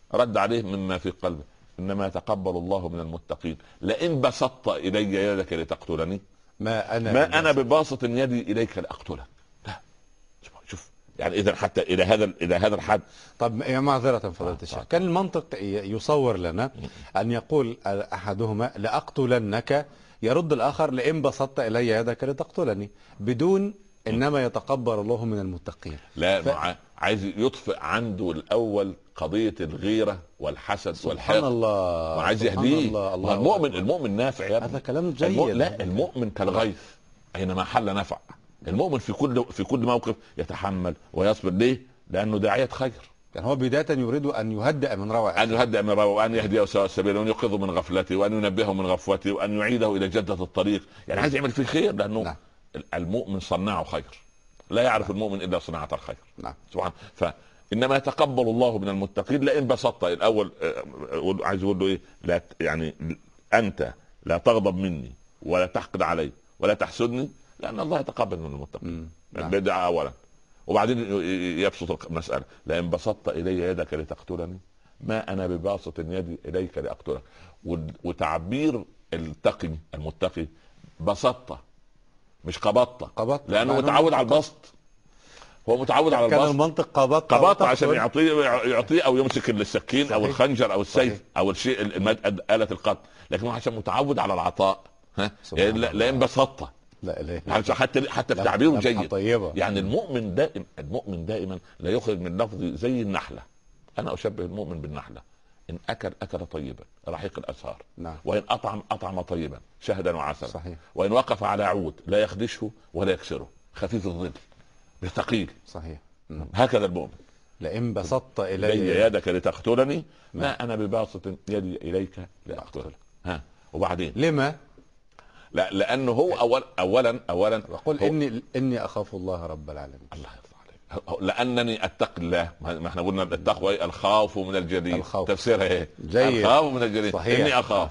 رد عليه مما في قلبه: انما يتقبل الله من المتقين، لئن بسطت الي يدك لتقتلني ما انا بباسط يدي اليك لاقتلك. لا، شوف يعني اذا حتى الى هذا الحد. طب يا معذرة فضيلة الشيخ، كان المنطق يصور لنا أن يقول أحدهما لأقتلنك، يرد الآخر لئن بسطت إلي يدك لتقتلني، بدون إنما يتقبل الله من المتقين. لا عايز يطفئ عنده الأول قضية الغيرة والحسد والحقد، سبحان الله، وعايز يهديه. المؤمن نافع يا ابني. هذا كلام جيد. لا، المؤمن كالغيث أينما حل نفع. المؤمن في كل موقف يتحمل ويصبر. ليه؟ لأنه داعية خير. يعني هو بداية يريد أن يهدئ من روعه، وأن يهديه سواء السبيل، وأن يوقظه من غفلته، وأن ينبهه من غفوته، وأن يعيده إلى جدة الطريق. يعني عايز يعمل فيه خير، لأنه نعم. المؤمن صناع خير، لا يعرف المؤمن إلا صناعة الخير. نعم. سبحان. فإنما يتقبل الله من المتقين لئن بسطت. الأول عايز يقول له إيه؟ لا يعني أنت لا تغضب مني ولا تحقد علي ولا تحسدني، لأن الله يتقبل من المتقين. البدعة أولا، وبعدين يبسط المسألة: لئن بسطت إلي يدك لتقتلني ما أنا بباسط يدي إليك لأقتلك. وتعبير المتقي بسطت مش قبضت، لأنه متعود على البسط. هو متعود على البسط. كان المنطق قبضت عشان يعطيه أو يمسك السكين أو الخنجر أو السيف أو الشيء آلة القتل، لكن هو عشان متعود على العطاء. لئن بسطت. لا حتى في تعبيره جيد. طيبة. يعني المؤمن دائما لا يخرج من لفظ زي النحلة. أنا أشبه المؤمن بالنحلة: إن أكل طيبا رحيق الأسهار. نعم. وإن أطعم طيبا شهدا وعسلا. صحيح. وإن وقف على عود لا يخدشه ولا يكسره، خفيف الظل ثقيل. صحيح. هكذا المؤمن: لئن بسطت إلي يدك لتقتلني ما أنا بباسط يدي إليك لأقتلك. وبعدين لما؟ لا، لأنه هو أولا وقل إني أخاف الله رب العالمين. الله يرضى عليك. لأنني أتقي الله. ما احنا قلنا التقوى الخوف من الجليل. تفسيرها ايه؟ الخوف من الجليل. صحيح. إني أخاف.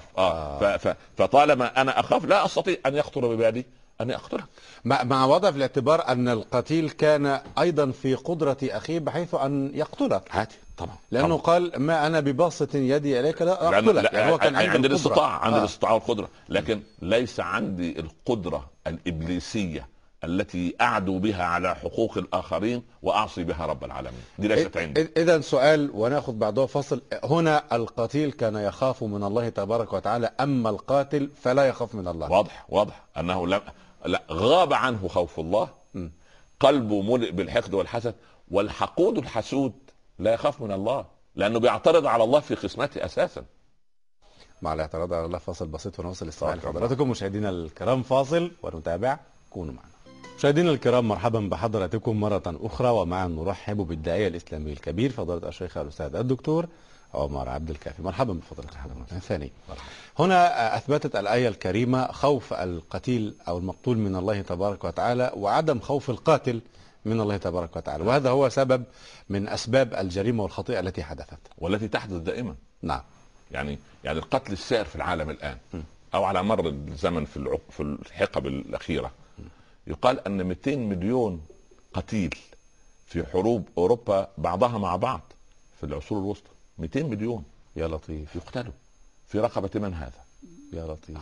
فطالما أنا أخاف لا أستطيع أن يخطر ببالي أن أقتلك، مع وضع في الاعتبار أن القتيل كان أيضا في قدرة أخيه بحيث أن يقتله. عادي طبعا، لأنه قال ما أنا بباسط يدي إليك لا أقتلك. يعني هو كان عند الاستطاعة والقدرة، لكن ليس عندي القدرة الإبليسية التي أعدو بها على حقوق الآخرين وأعصي بها رب العالمين. دي ليست عندي. إذن سؤال ونأخذ بعده فصل. هنا القتيل كان يخاف من الله تبارك وتعالى، أما القاتل فلا يخاف من الله. واضح أنه لا غاب عنه خوف الله. قلبه ملئ بالحقد والحسد. والحقود الحسود لا يخاف من الله، لأنه بيعترض على الله في قسمته أساسا. مع الاعتراض على الله فاصل بسيط ونوصل الاستماع لحضراتكم. مشاهدينا الكرام فاصل ونتابع، كونوا معنا. مشاهدينا الكرام، مرحبا بحضراتكم مرة أخرى، ومعا نرحب بالداعية الإسلامي الكبير فضيلة الشيخ الأستاذ الدكتور عمر عبد الكافي. مرحبا بفضيلة الحضرة. ثاني، هنا أثبتت الآية الكريمة خوف القتيل أو المقتول من الله تبارك وتعالى، وعدم خوف القاتل من الله تبارك وتعالى، وهذا هو سبب من أسباب الجريمة والخطيئة التي حدثت والتي تحدث دائما. نعم. يعني القتل السائر في العالم الآن أو على مر الزمن في الحقب الأخيرة، يقال أن 200 مليون قتيل في حروب أوروبا بعضها مع بعض في العصور الوسطى. 200 مليون يا لطيف يقتلوا في رقبة من هذا؟ يا لطيف.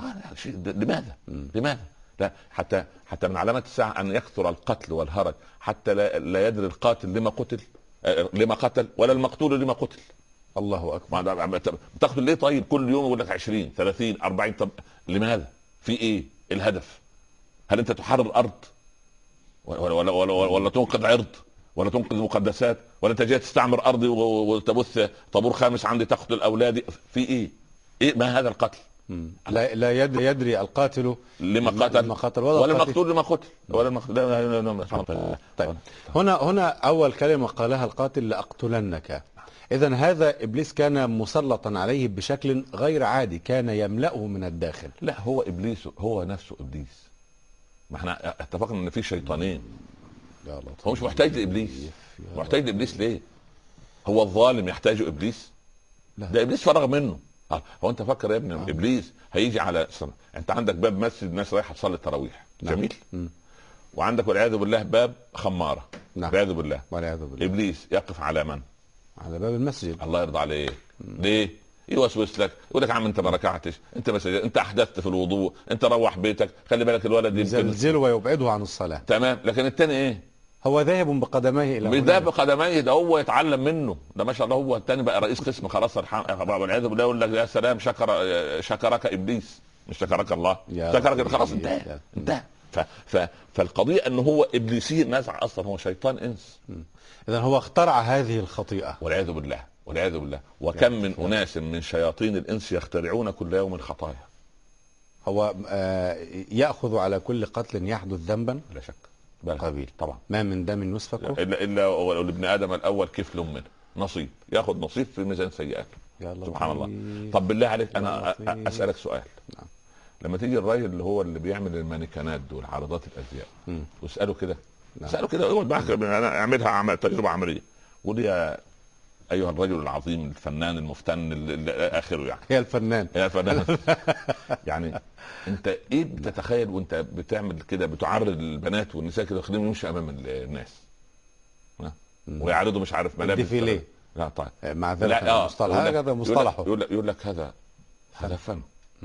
لماذا؟ لا، حتى من علامات الساعة أن يكثر القتل والهرج، حتى لا يدري القاتل لما قتل ولا المقتول لما قتل. الله أكبر. بتقتل ليه؟ طيب كل يوم يقول لك 20 30 40. طب لماذا؟ في إيه الهدف؟ هل أنت تحرر أرض ولا تنقذ عرض ولا تنقذ مقدسات، ولا أنت جاي تستعمر أرضي وتبث طابور خامس عندي تقتل أولادي؟ في إيه ما هذا القتل؟ لا يدري القاتل لما قتل ولا المقتول لما قتل ولا المقتول. طيب، هنا أول كلمة قالها القاتل: لأقتلنك. إذن هذا إبليس كان مسلطا عليه بشكل غير عادي، كان يملأه من الداخل. لا، هو إبليس هو نفسه إبليس. ما احنا اتفقنا ان في شيطانين. هو مش محتاج لإبليس. محتاج لإبليس ليه؟ هو الظالم يحتاج إبليس؟ لا، ده إبليس فرغ منه. هو انت فكر يا ابني إبليس هيجي على سنة. انت عندك باب مسجد الناس رايحه تصلي التراويح. جميل. وعندك والعياذ بالله باب خماره. والعياذ بالله. والعياذ بالله. إبليس يقف على من؟ على باب المسجد. الله يرضى عليك. ليه؟ يوسوس لك، يقول لك يا عم انت ما ركعتش، انت مسجد، انت احدثت في الوضوء، انت روح بيتك، خلي بالك الولد يزلزله ويبعده عن الصلاه. تمام. لكن الثاني ايه؟ هو ذاهب بقدميه الى مش ده بقدميه، ده هو يتعلم منه، ده ما شاء الله. هو الثاني بقى رئيس قسم خلاص والعياذ بالله، يقول لك يا سلام شكرك ابليس، مش شكرك الله، شكرك خلاص انتهى. فالقضيه انه هو ابليسي نزع، اصلا هو شيطان انس. اذا هو اخترع هذه الخطيئه والعياذ بالله، والعياذ بالله. وكم من اناس من شياطين الانس يخترعون كل يوم خطايا. هو ياخذ على كل قتل يحدث ذنبا لا شك قبيل طبعا. ما من دم يسفك الا لابن ادم الاول كفل منه نصيب، ياخذ نصيب في ميزان سيئاته. سبحان الله. طب بالله عليك انا اسالك سؤال. نعم. لما تيجي الراجل اللي هو اللي بيعمل المانيكانات دول، عارضات الازياء، واساله كده، اساله كده، اقعد معاك، انا اعملها تجربه عمليه، قول يا ايها الرجل العظيم الفنان المفتن اخره، يعني يا الفنان يا فنان يعني انت ايه بتتخيل وانت بتعمل كده، بتعرض البنات والنساء كده، خليهم يمشي امام الناس ويعرضوا مش عارف ملابس الديفيليه. لا طيب مع ذلك المصطلح هذا مصطلحه، يقول لك هذا فن،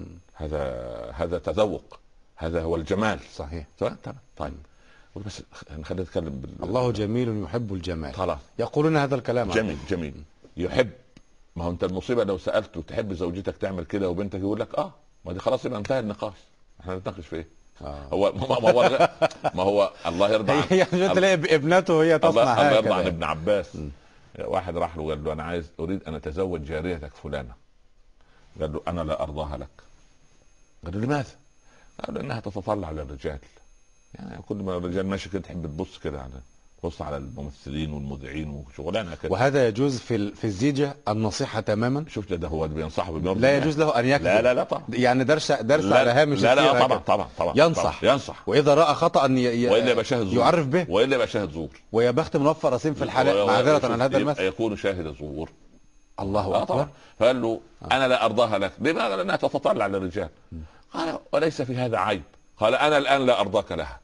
هذا تذوق، هذا هو الجمال. صحيح. طيب بس خلينا نتكلم الله جميل يحب الجمال. خلاص يقولون هذا الكلام. جميل يحب. ما هو انت المصيبه لو سالته تحب زوجتك تعمل كده وبنتك، يقول لك ما دي خلاص، يبقى انتهى النقاش، احنا نتناقش في ايه؟ هو ما هو الله يرضى عنه. يعني تلاقي ابنته هي تصنع هكذا. الله يرضى عن ابن عباس. واحد راح له قال له انا اريد ان اتزوج جاريتك فلانه. قال له انا لا ارضاها لك. قال له لماذا؟ قال له انها تتطلع للرجال، يعني كل ما الرجال ماشي كده تحب تبص كده تبص على الممثلين والمذيعين وشغلانه كده. وهذا يجوز في الزيجه النصيحه تماما. شفت ده هو بينصحه لا يجوز له ان يكذب. لا طبعا. يعني درس على هامش. لا طبعا ينصح. واذا راى خطا والا يبقى شاهد زور، يعرف به، والا يبقى شاهد زور. ويا بخت منفر راسين في الحلقه معذره عن هذا المثل، يكون شاهد زور. الله اكبر. فقال له انا لا ارضاها لك. لماذا؟ لانها تتطلع للرجال. قال وليس في هذا عيب. قال انا الان لا ارضاك لها.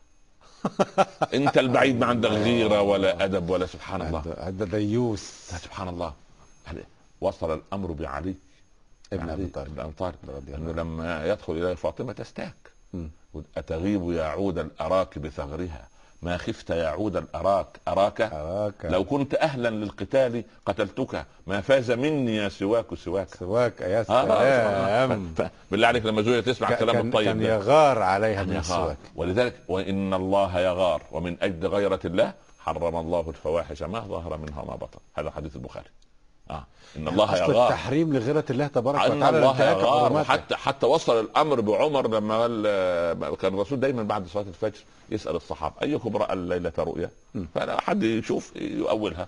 انت البعيد، ما عندك غيره ولا ادب ولا سبحان الله. هذا ديوس. سبحان الله. وصل الامر بعلي ابن ابي طالب انه لما يدخل الى فاطمه تستاك، اتغيب يا عود الاراك بثغرها، ما خفت يا عود اراك لو كنت اهلا للقتال قتلتك، ما فاز مني يا سواك يا سلام. بالله عليك لما زوجة تسمع الكلام الطيب كان يغار عليها من السواك. ولذلك وان الله يغار، ومن اجل غيرة الله حرم الله الفواحش ما ظهر منها وما بطن. هذا حديث البخاري. ان الله يغار، التحريم لغيرة الله تبارك وتعالى. ان الله يغار. حتى وصل الامر بعمر لما قال كان الرسول دايما بعد صلاه الفجر يسال الصحابه ايكم راى الليله رؤيا، فلا حد يشوف يؤولها،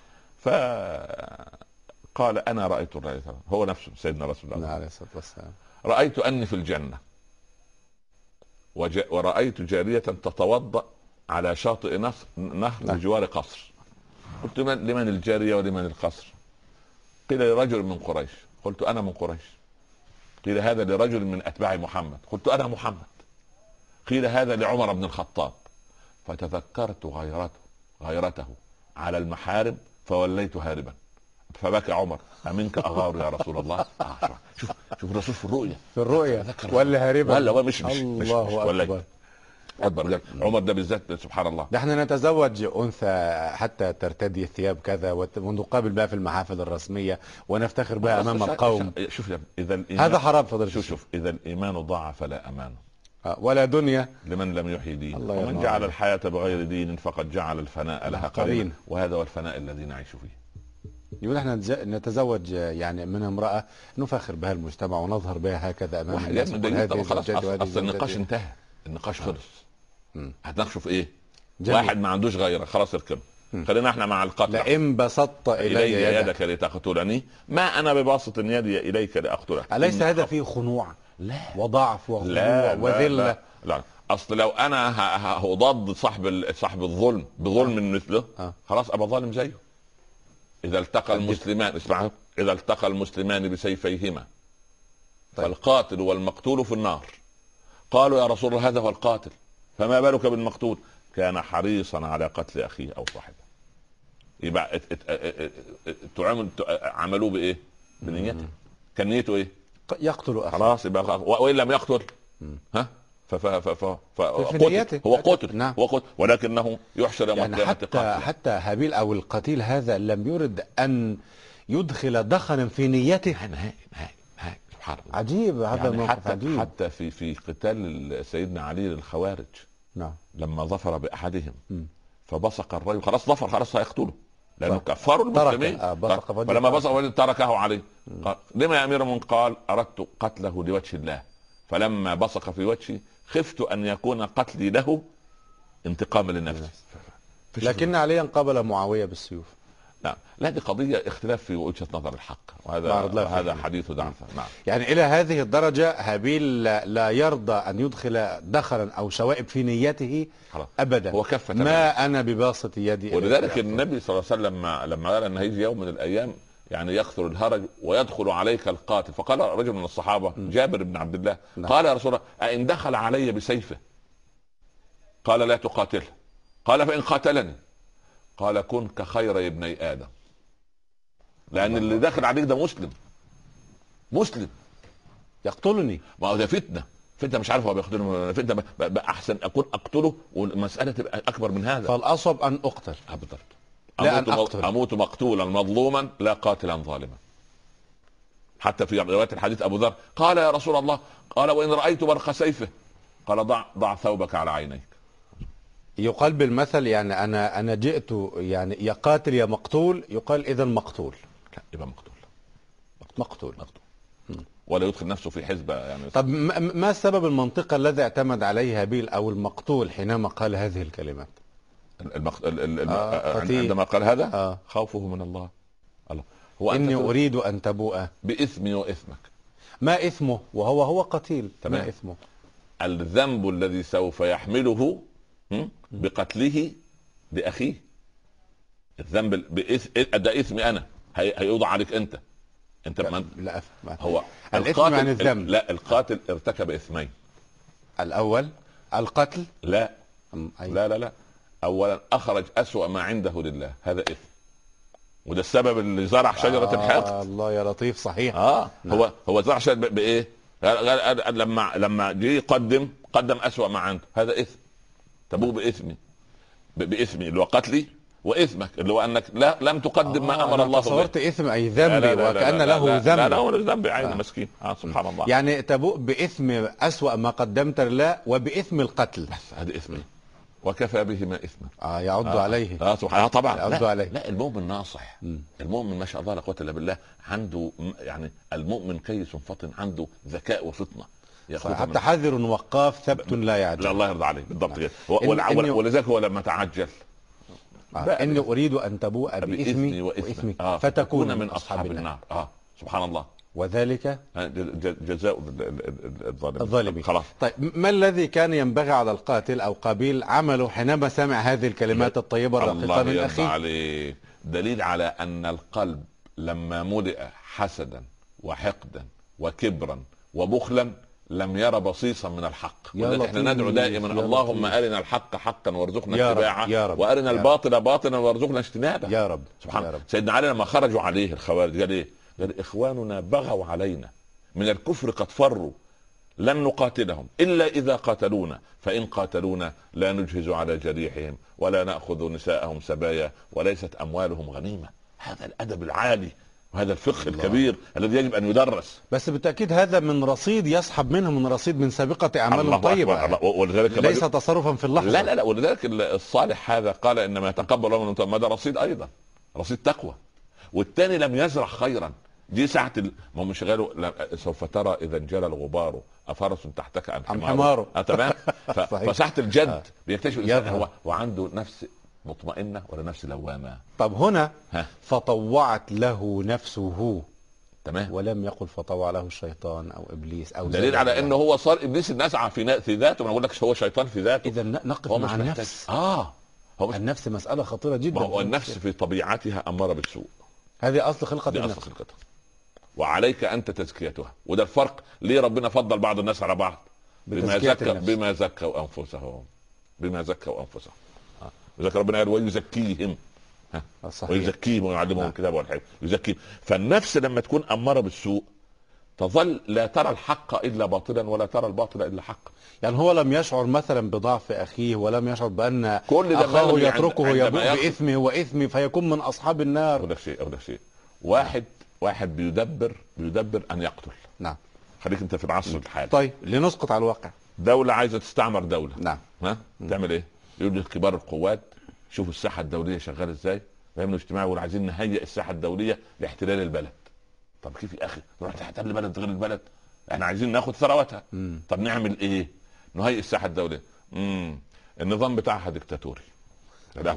فقال انا رايت الليله، هو نفسه سيدنا رسول الله عليه الصلاه والسلام، رايت اني في الجنه ورأيت جارية تتوضأ على شاطئ نهر بجوار قصر. قلت لمن الجارية ولمن القصر؟ قيل لرجل من قريش. قلت أنا من قريش. قيل هذا لرجل من أتباع محمد. قلت أنا محمد. قيل هذا لعمر بن الخطاب. فتذكرت غيرته على المحارم فوليت هاربا. فبكى عمر أمنك أغار يا رسول الله. شوف الرسول في الرؤيا ولا هاربا ولا مش الله أكبر. عمر ده بالذات سبحان الله. ده احنا نتزوج أنثى حتى ترتدي ثياب كذا ونقابل بها في المحافل الرسمية ونفتخر بها أمام القوم. شوف إذا هذا حرام فضل. شوف إذا الإيمان ضاع فلا أمان ولا دنيا لمن لم يحيي دين، ومن جعل الحياة بغير دين فقد جعل الفناء لها قرين، وهذا هو الفناء الذي نعيش فيه. يقول احنا نتزوج يعني من امرأة نفخر بها المجتمع ونظهر بها هكذا امام الناس. خلاص اصل النقاش انتهى، النقاش خلص. هتناقشوا في ايه؟ جميل. واحد ما عندوش غيره خلاص اركب. خلينا احنا مع القتل. لئن بسطت الي يدك لتقتلني ما انا بباسط يدي اليك لاقتلك. اليس هذا فيه خنوع؟ لا. وضعف وخضوع وذله. لا اصل لو انا هضاد صاحب الظلم بظلم مثله خلاص ابقى ظالم زيه. اذا التقى المسلمان اذا التقى المسلمان بسيفيهما فالقاتل والمقتول في النار. قالوا يا رسول الله هذا هو القاتل فما بالك بالمقتول؟ كان حريصا على قتل اخيه او صاحبه. يبقى عملوه بايه؟ بنيته. كان نيته ايه؟ يقتل أخيه. خلاص يبقى وان لم يقتل ها نيته. هو قتل. نعم. هو قتل ولكنه يحشر يوم يعني القيامة حتى هابيل او القتيل هذا لم يرد ان يدخل دخنا في نيته. نهائي. سبحان الله. عجيب هذا يعني الموقف، عجيب. حتى في قتال سيدنا علي للخوارج، نعم. لما ظفر باحدهم فبصق الرجل، خلاص ظفر، خلاص هيقتله لانه كفروا ترك. المسلمين. فلما بصق الرجل تركه عليه. قال لما يا امير المؤمنين؟ قال اردت قتله لوجه الله، فلما بصق في وجهي خفت ان يكون قتلي له انتقاما لنفسي. لكن عليا قابل معاوية بالسيوف. نعم. لا، دي قضية اختلاف في وجهة نظر الحق، وهذا حديث ضعف. نعم. يعني إلى هذه الدرجة هابيل لا يرضى أن يدخل دخلا أو شوائب في نيته أبدا. هو كفة ما أنا بباسط يدي. ولذلك النبي صلى الله عليه وسلم لما قال أن هيجي يوم من الأيام يعني يكثر الهرج ويدخل عليك القاتل، فقال رجل من الصحابة جابر بن عبد الله قال يا رسول الله أئن دخل علي بسيفه؟ قال لا تقاتله. قال فإن قاتلني؟ قال كن كخير ابني آدم، لأن اللي داخل عليك ده مسلم يقتلني. ما هو ده فتنة، فانت مش عارف هو بيقتلني، فانت احسن اكون اقتله والمسألة تبقى اكبر من هذا. فالأصوب أن أقتل. بالضبط. لا أن أقتل. اموت مقتولا مظلوما لا قاتلا ظالما. حتى في رواية الحديث أبو ذر قال يا رسول الله، قال وإن رأيت برق سيفه؟ قال ضع ثوبك على عينيك. يقال بالمثل يعني انا جئت يعني يا قاتل يا مقتول، يقال اذا مقتول. لا، يبقى مقتول. ولا يدخل نفسه في حزبه يعني. طب ما السبب المنطقي الذي اعتمد عليه هابيل او المقتول حينما قال هذه الكلمات؟ عندما قال هذا خوفه من الله. هو اني اريد ان تبوء باثمي واثمك. ما اثمه وهو قتيل؟ تمام. ما اثمه؟ الذنب الذي سوف يحمله بقتله لأخيه. الذنب ده إثمي أنا، هيوضع عليك أنت لا هو الإثم عن الذنب. لا، القاتل ارتكب إثمين. الأول القتل. لا. أولا أخرج أسوأ ما عنده لله، هذا إثم، وده السبب اللي زرع شجرة الحقد. الله يا لطيف. صحيح. نعم. هو زرع شجرة بإيه؟ لما جه قدم أسوأ ما عنده، هذا إثم. تبوء بإثمي اللي هو قتلي، وإثمك اللي هو أنك لم تقدم ما أمر الله به. تصورت إثم أي ذنبي وكأن له ذنب. لا، هو ذنب عادي مسكين. سبحان الله. يعني تبوء بإثم أسوأ ما قدمت لله وبإثم القتل. بس هذا إثمي وكفى بهما إثما. يعض عليه. سبحان طبعا. يعض عليه. لا، المؤمن ناصح. المؤمن ما شاء الله لا قوة إلا بالله، عنده يعني المؤمن كيس فطن، عنده ذكاء وفطنة. حتى حذر وقاف ثبت لا يعجل. لا، الله يرضى عليه. بالضبط كده. ولذلك هو لما تعجل إني أريد أن تبوء بإثمي وإثمك فتكون من أصحاب النار. سبحان الله. وذلك جزاء الظالمين. خلاص. طيب ما الذي كان ينبغي على القاتل أو قابيل عمله حينما سمع هذه الكلمات الطيبة الرقيقة من أخيه؟ الله عليه. دليل على أن القلب لما ملئ حسدا وحقدا وكبرا وبخلا لم يرى بصيصا من الحق. احنا ندعو دائما اللهم أرنا الحق حقا وارزقنا اتباعه، وأرنا الباطل باطلا وارزقنا اجتنابه. يا رب. سبحان الله. سيدنا علي لما خرجوا عليه الخوارج قال ايه؟ قال إخواننا بغوا علينا من الكفر قد فروا، لن نقاتلهم إلا إذا قاتلونا، فإن قاتلونا لا نجهز على جريحهم ولا نأخذ نساءهم سبايا وليست أموالهم غنيمة. هذا الأدب العالي وهذا الفقه الكبير الذي يجب أن يدرس. بس بالتأكيد هذا من رصيد يسحب منه من رصيد من سابقة أعمال طيبة. ولذلك ليس تصرفا في اللحظة. لا، ولذلك الصالح هذا قال إنما يتقبل الله من هذا رصيد، أيضا رصيد تقوى. والثاني لم يزرع خيرا. دي ساعة ما هم شغالوا سوف ترى إذا انجلى الغبار أفرس تحتك أم حمار. تمام. فساعة الجد بيكتشف هو وعنده نفس مطمئنة ولا نفس لوامة. طب هنا فطوعت له نفسه. تمام. ولم يقل فطوع له الشيطان أو إبليس أو دليل على أنه هو صار إبليس النزعة في ذاته. ما أقول لك هو شيطان في ذاته. إذا نقف مع النفس. هو النفس مسألة خطيرة جدا. هو النفس في طبيعتها أمارة بالسوء. هذه أصل خلقة النفس. أصل خلقتها، وعليك أنت تزكيتها. وده الفرق ليه ربنا فضل بعض الناس على بعض؟ بما زكوا أنفسهم. لذلك ربنا قال ويزكيهم. ويزكيهم ويعلمهم الكتاب والحكمه، يزكيهم. فالنفس لما تكون اماره بالسوء تظل لا ترى الحق الا باطلا ولا ترى الباطل الا حقا. يعني هو لم يشعر مثلا بضعف اخيه، ولم يشعر بان كل ده اخاه يتركه عندما يبوء باثمه واثمه فيكون من اصحاب النار. اقول لك شيء واحد بيدبر ان يقتل. نعم. خليك انت في العصر الحالي. طيب لنسقط على الواقع. دولة عايزة تستعمر دولة. نعم. ها تعمل ايه؟ يقول لكبار القوات شوفوا الساحة الدولية شغالة ازاي، فيعملوا اجتماع ويقولوا عايزين نهيئ الساحة الدولية لاحتلال البلد. طب كيف يا اخي نروح تحتل بلد غير البلد؟ احنا عايزين ناخد ثروتها. طب نعمل ايه؟ نهيئ الساحة الدولية. النظام بتاعها ديكتاتوري. لا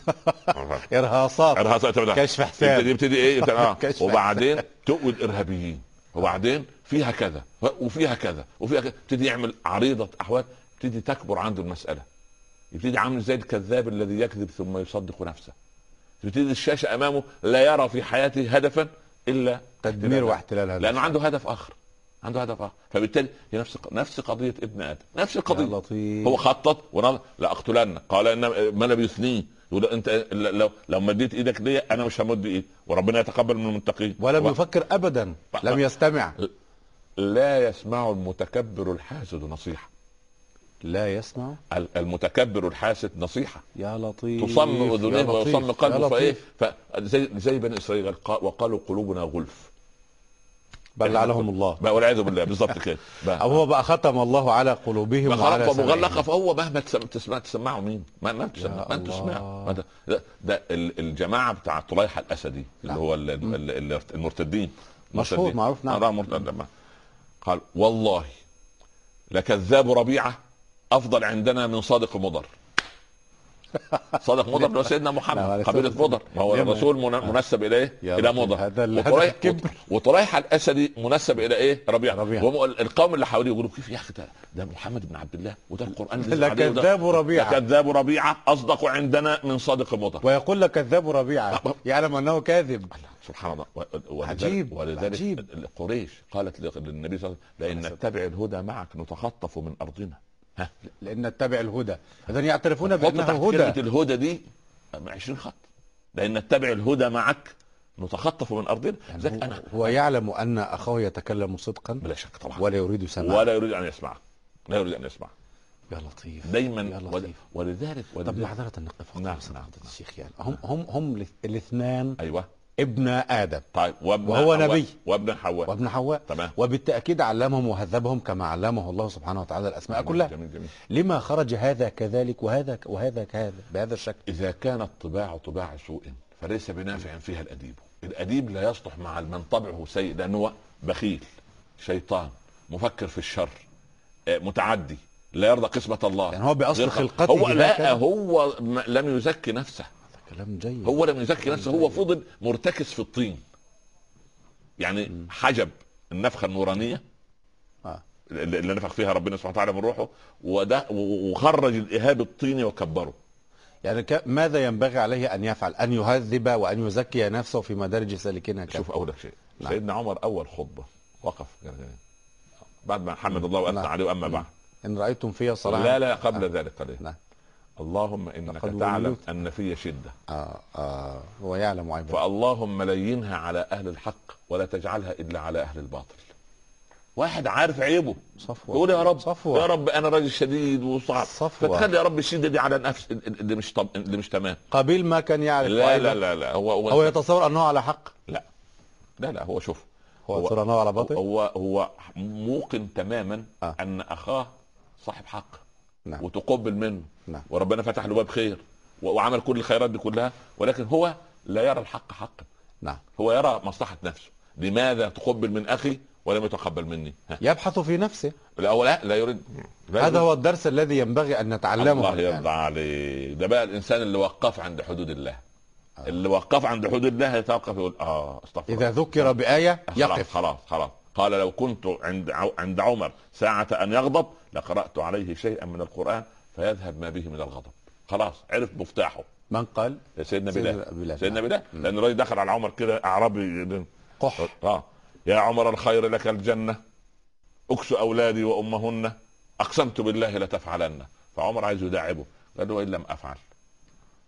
ارهاصات كشف حساب. يبتدي ايه؟ وبعدين تقوي الارهابيين، وبعدين فيها كذا وفيها كذا وفيها كذا، يبتدي يعمل عريضة احوال، تبتدي تكبر عنده المسألة، يبتدي عامل زي الكذاب الذي يكذب ثم يصدق نفسه. تبتدي الشاشة امامه لا يرى في حياته هدفا الا تدمير واحتلال هذا، لانه عنده هدف اخر، فبالتالي هي نفس قضية ابن ادم، نفس القضية. هو خطط لا اقتلن، قال ان ما لم يثنيه، يقول انت لو مديت ايدك ليا انا مش همد ايدي، وربنا يتقبل من المتقين. ولم يفكر ابدا، لم يستمع. لا يسمع المتكبر الحاسد نصيحة. لا يسمع المتكبر الحاسد نصيحة. يا لطيف. تصم اذنيه ويصم قلبه. فايه زي بني اسرائيل وقالوا قلوبنا غلف بلعنهم الله والعياذ بالله. بالظبط كده. او هو بقى ختم الله على قلوبهم وعلى مغلقه. فهو مهما تسمعوا مين ما تسمعوا. ده الجماعه بتاع طليحه الاسدي اللي هو المرتدين، مشهور معروف. نعم. قال والله لكذاب ربيعه افضل عندنا من صادق مضر. صادق مضر اللي هو سيدنا محمد، قبيله مضر، ما هو الرسول منسب الى ايه؟ الى مضر. وطليحه الاسدي منسب الى ايه؟ ربيعه. القوم اللي حواليه يقولوا كيف يا اخي ده محمد بن عبد الله وده القران لكذاب ربيعه. لكذاب ربيعه اصدق عندنا من صادق مضر. ويقول لكذاب ربيعه يعلم انه كاذب. سبحان الله. عجيب. ولذلك قريش قالت للنبي صلى الله عليه وسلم لئن نتبع الهدى معك نتخطف من ارضنا. لان نتبع الهدى، اذا يعترفون بانه هدى. الهدى دي 20 خط. لان نتبع الهدى معك نتخطف من ارضنا. يعني هو يعلم ان اخاه يتكلم صدقا بلا شك طبعا، ولا يريد سماعه، ولا يريد ان يسمع، لا يريد ان يسمع. يا لطيف دايما يا لطيف. ولذلك طب معذره نقف. نعم الشيخ. يعني هم الاثنان ايوه ابن ادم. طيب وهو نبي وابن حواء تمام. وبالتاكيد علمهم وهذبهم كما علمه الله سبحانه وتعالى الاسماء كلها. جميل. لما خرج هذا كذلك وهذا كهذا بهذا الشكل؟ اذا كانت طباع سوء فليس بنافع فيها الاديب لا يصلح مع من طبعه سيء، لانه هو بخيل، شيطان، مفكر في الشر، متعدي، لا يرضى قسمة الله. يعني هو باصل خلقته هو لم يزكي نفسه. كلام جيد. هو لم يزكي نفسه، هو فضل مرتكز في الطين. يعني حجب النفخه النورانيه اللي نفخ فيها ربنا سبحانه وتعالى من روحه، وخرج الايهاب الطيني وكبره. يعني ماذا ينبغي عليه ان يفعل؟ ان يهذب وان يزكي نفسه في مدارج سالكينها. شوف اول شيء سيدنا عمر اول خطبه وقف بعد ما حمد الله واثنى عليه واما بعد ان رايتم في صلاه لا قبل ذلك قليل. اللهم انك تعلم ان في شده. هو يعلم عيبه، فاللهم لينها على اهل الحق ولا تجعلها الا على اهل الباطل. واحد عارف عيبه صفوة، يقول يا رب صفوة. يا رب انا راجل شديد وصعب، فتخلي يا رب الشده دي على نفس اللي مش تمام. قابيل ما كان يعرف لا هو يتصور انه على حق. لا هو شوف هو يتصور انه على باطل. هو موقن تماما ان اخاه صاحب حق. نعم. وتقبل منه. نعم. وربنا فتح له باب خير وعمل كل الخيرات دي كلها، ولكن هو لا يرى الحق حقا. نعم. هو يرى مصلحة نفسه. لماذا تقبل من اخي ولم يتقبل مني؟ يبحث في نفسه. لا يريد. هذا هو الدرس الذي ينبغي ان نتعلمه. الله يرضى عليه. ده بقى الانسان اللي وقف عند حدود الله. اللي وقف عند حدود الله يتوقف يقول استغفر اذا ذكر بآية يقف. خلاص. قال لو كنت عند عمر ساعة ان يغضب لقرأت عليه شيئا من القرآن فيذهب ما به من الغضب. خلاص عرف مفتاحه. من قال؟ سيدنا بلال. لان الراجل دخل على عمر كده اعرابي قح. يا عمر الخير لك الجنة، اكس اولادي وامهن، اقسمت بالله لتفعلن. فعمر عايز يداعبه، قال له وان لم افعل.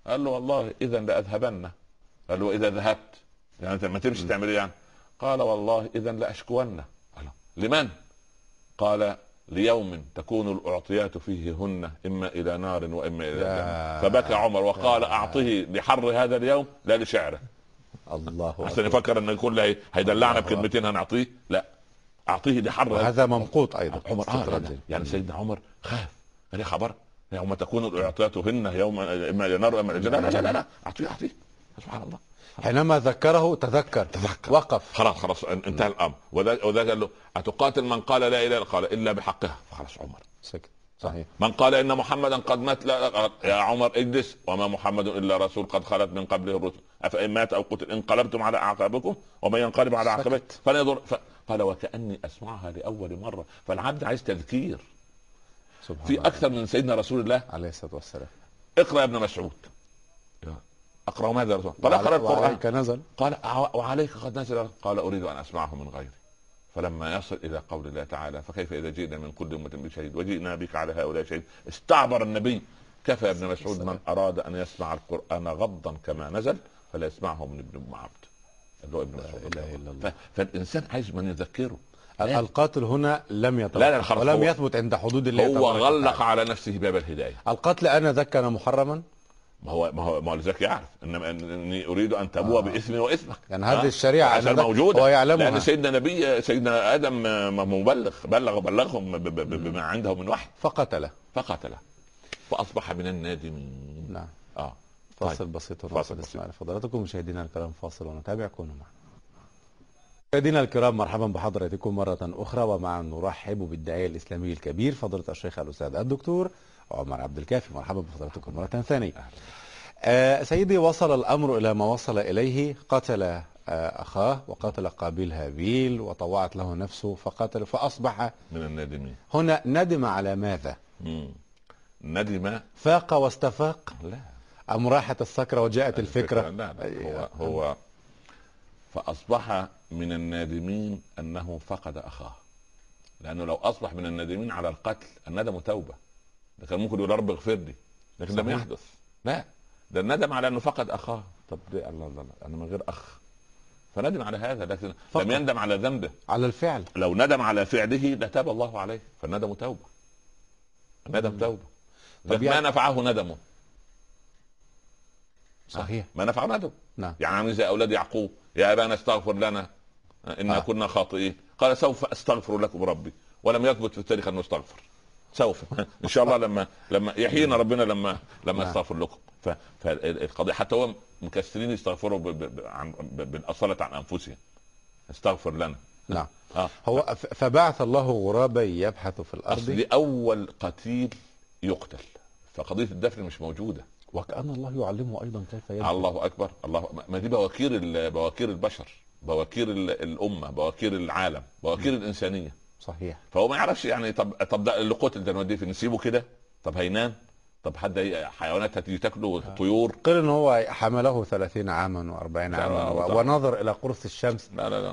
قال له والله اذا لاذهبن. قال له اذا ذهبت يعني انت ما تمشي تعمل ايه يعني؟ قال والله اذا لاشكون. قال لمن؟ قال ليوم تكون الاعطيات فيه هن اما الى نار واما الى جنه. فبكى عمر وقال اعطه لحر هذا اليوم لا لشعره. الله عشان يفكر ان يكون هيدلعنا بكلمتين هنعطيه، لا اعطيه لحر هذا ممقوت ايضا عمر. يعني سيدنا عمر خاف، قال يا خبر يوم تكون الاعطيات هن يوم اما الى نار واما الى جنه. لا اعطيه سبحان الله. حينما ذكره تذكر وقف. خلاص انتهى الامر. وذا قال له اتقاتل من قال لا اله الا الله؟ قال الا بحقها. فخلاص عمر سكت. صحيح. من قال ان محمدا قد مات لا يا عمر اجلس، وما محمد الا رسول قد خلت من قبله الرسل افان مات او قتل انقلبتم على اعقابكم ومن ينقلب على عقبيه فلا يضر. قال وكاني اسمعها لاول مره. فالعبد عايز تذكير. في اكثر من سيدنا رسول الله عليه الصلاه والسلام. اقرا يا ابن مسعود. اقرا ماذا يا رسول الله؟ قال اقرا القران. وعليك نزل. قال وعليك قد نزل. قال اريد ان اسمعه من غيري. فلما يصل الى قول الله تعالى فكيف اذا جئنا من كل امه بشهيد وجئنا بك على هؤلاء شهيد استعبر النبي. كفى ابن مسعود من اراد ان يسمع القران غضا كما نزل فلا يسمعه من ابن ام عبد اللي هو ابن مسعود. فالانسان عايز من يذكره. القاتل هنا لم يتوقف ولم يثبت عند حدود الله. هو غلق على نفسه باب الهدايه. القتل انذاك كان محرما. ما هو لذلك يعرف اني اريد ان تبوء باثمي واثمك. يعني هذه الشريعه موجوده هو يعلمها. لان سيدنا ادم بلغهم بما عنده من وحي. فقتله فاصبح من النادمين. نعم. فاصل بسيط ونواصل اسماعيل فضلاتكم مشاهدينا الكرام. فاصل ونتابع. كونوا معنا. مشاهدينا الكرام مرحبا بحضراتكم مرة أخرى، ومع نرحب بالداعية الإسلامي الكبير فضيلة الشيخ الأستاذ الدكتور عمر عبد الكافي. مرحبا بفضلاتكم مرة ثانية. سيدي، وصل الأمر إلى ما وصل إليه. قتل أخاه وقتل قابيل هابيل وطوعت له نفسه فقتل فأصبح من النادمين. هنا ندم على ماذا؟ ندم فاق واستفاق؟ لا. أم راحت السكرة وجاءت الفكرة؟ لا. هو فأصبح من النادمين أنه فقد أخاه. لأنه لو أصبح من النادمين على القتل الندم توبة. كان ممكن يقول رب اغفر لي، لكن لم يحدث. لا، ده الندم على أنه فقد أخاه. طب ليه؟ الله أنا من غير أخ. فندم على هذا، لكن لم يندم على ذنبه، على الفعل. لو ندم على فعله لتاب الله عليه. فالندم توبة. الندم توبة. ما نفعه ندمه. صحيح. ما نفعه ندم. نعم. يعني عامل زي أولاد يعقوب، يا أبانا استغفر لنا إنا كنا خاطئين. قال سوف أستغفر لكم ربي، ولم يثبت في التاريخ أنه استغفر. سوف إن شاء الله لما يحيينا ربنا لما استغفر لكم. فالقضية حتى هو مكسرين يستغفروا بالأصالة عن أنفسهم. استغفر لنا. نعم. هو فبعث الله غرابا يبحث في الأرض. أصل أول قتيل يقتل، فقضية الدفن مش موجودة. وكأن الله يعلمه أيضا كيف يدفن. الله أكبر. ما دي بواكير البشر، بواكير الأمة، بواكير العالم، بواكير الإنسانية. صحيح. فهو ما يعرفش يعني. طب ده اللي قتل ده نوديه في نسيبه كده؟ طب هينام؟ طب حد حيوانات هتيجي تاكله؟ طيور؟ قيل ان هو حمله 30 عاما و40 عاما ونظر الى قرص الشمس. لا.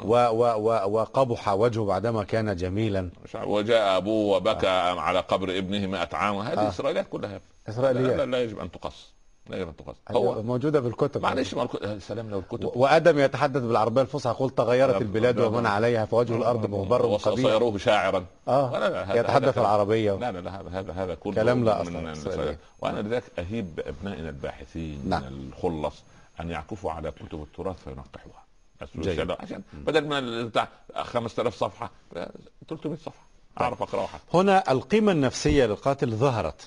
وقبح وجهه بعدما كان جميلا. وجاء ابوه وبكى على قبر ابنه 100 عام. هذه اسرائيليات كلها. اسرائيليات لا يجب ان تقص. هو موجوده بالكتب. معلش سلام لو الكتب. وادم يتحدث بالعربيه الفصحى يقول تغيرت البلاد ومن عليها فوجه الارض مغبر قبيح. وصيروه شاعرا. يتحدث العربيه. لا هذا كله كلام لا من وانا لذلك اهيب ابنائنا الباحثين من الخلص ان يعكفوا على كتب التراث فينقحوها. عشان بدل ما بتاع 5000 صفحه 300 صفحه اعرف اقراها. هنا القيمه النفسيه للقاتل ظهرت،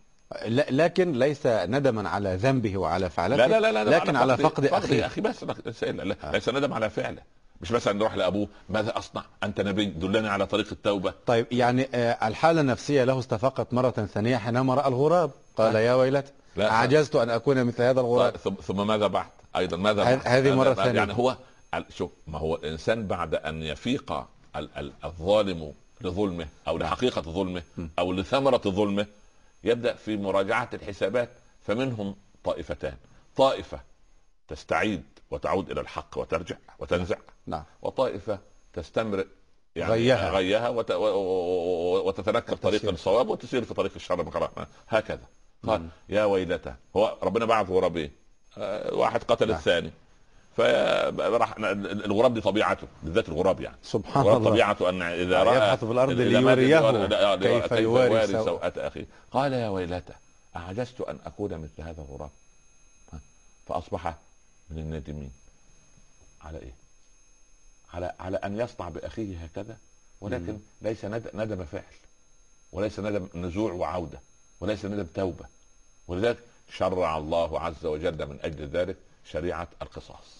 لكن ليس ندما على ذنبه وعلى فعلته. لا لكن على فقد اخي بس ليس ندم على فعله. مش مثلا نروح لابوه ماذا اصنع انت نبي دلني على طريق التوبه. طيب يعني الحاله النفسيه له استفاقت مره ثانيه حينما راى الغراب قال يا ويلتى عجزت ان اكون مثل هذا الغراب. ثم ماذا بعد؟ ايضا ماذا بعد؟ هذه مره ثانيه. يعني هو شوف، ما هو الانسان بعد ان يفيق الظالم لظلمه او لحقيقه ظلمه او لثمره ظلمه يبدأ في مراجعة الحسابات. فمنهم طائفتان، طائفة تستعيد وتعود إلى الحق وترجع وتنزع. نعم. وطائفة تستمر يعني غيها وتتنكب طريق الصواب وتسير في طريق الشر. هكذا. قال يا ويلته، هو ربنا بعث غرابين، واحد قتل الثاني، فراح الغراب دي طبيعته، بالذات الغراب يعني سبحان الله طبيعته ان اذا راى يبحث في الارض ليريه كيف يواري سوءة اخيه. قال يا ويلته اعجزت ان اكون مثل هذا الغراب، فاصبح من النادمين. على ايه؟ على ان يصنع باخيه هكذا، ولكن ليس ندم فعل، وليس ندم نزوع وعوده، وليس ندم توبه. ولذلك شرع الله عز وجل من اجل ذلك شريعه القصاص.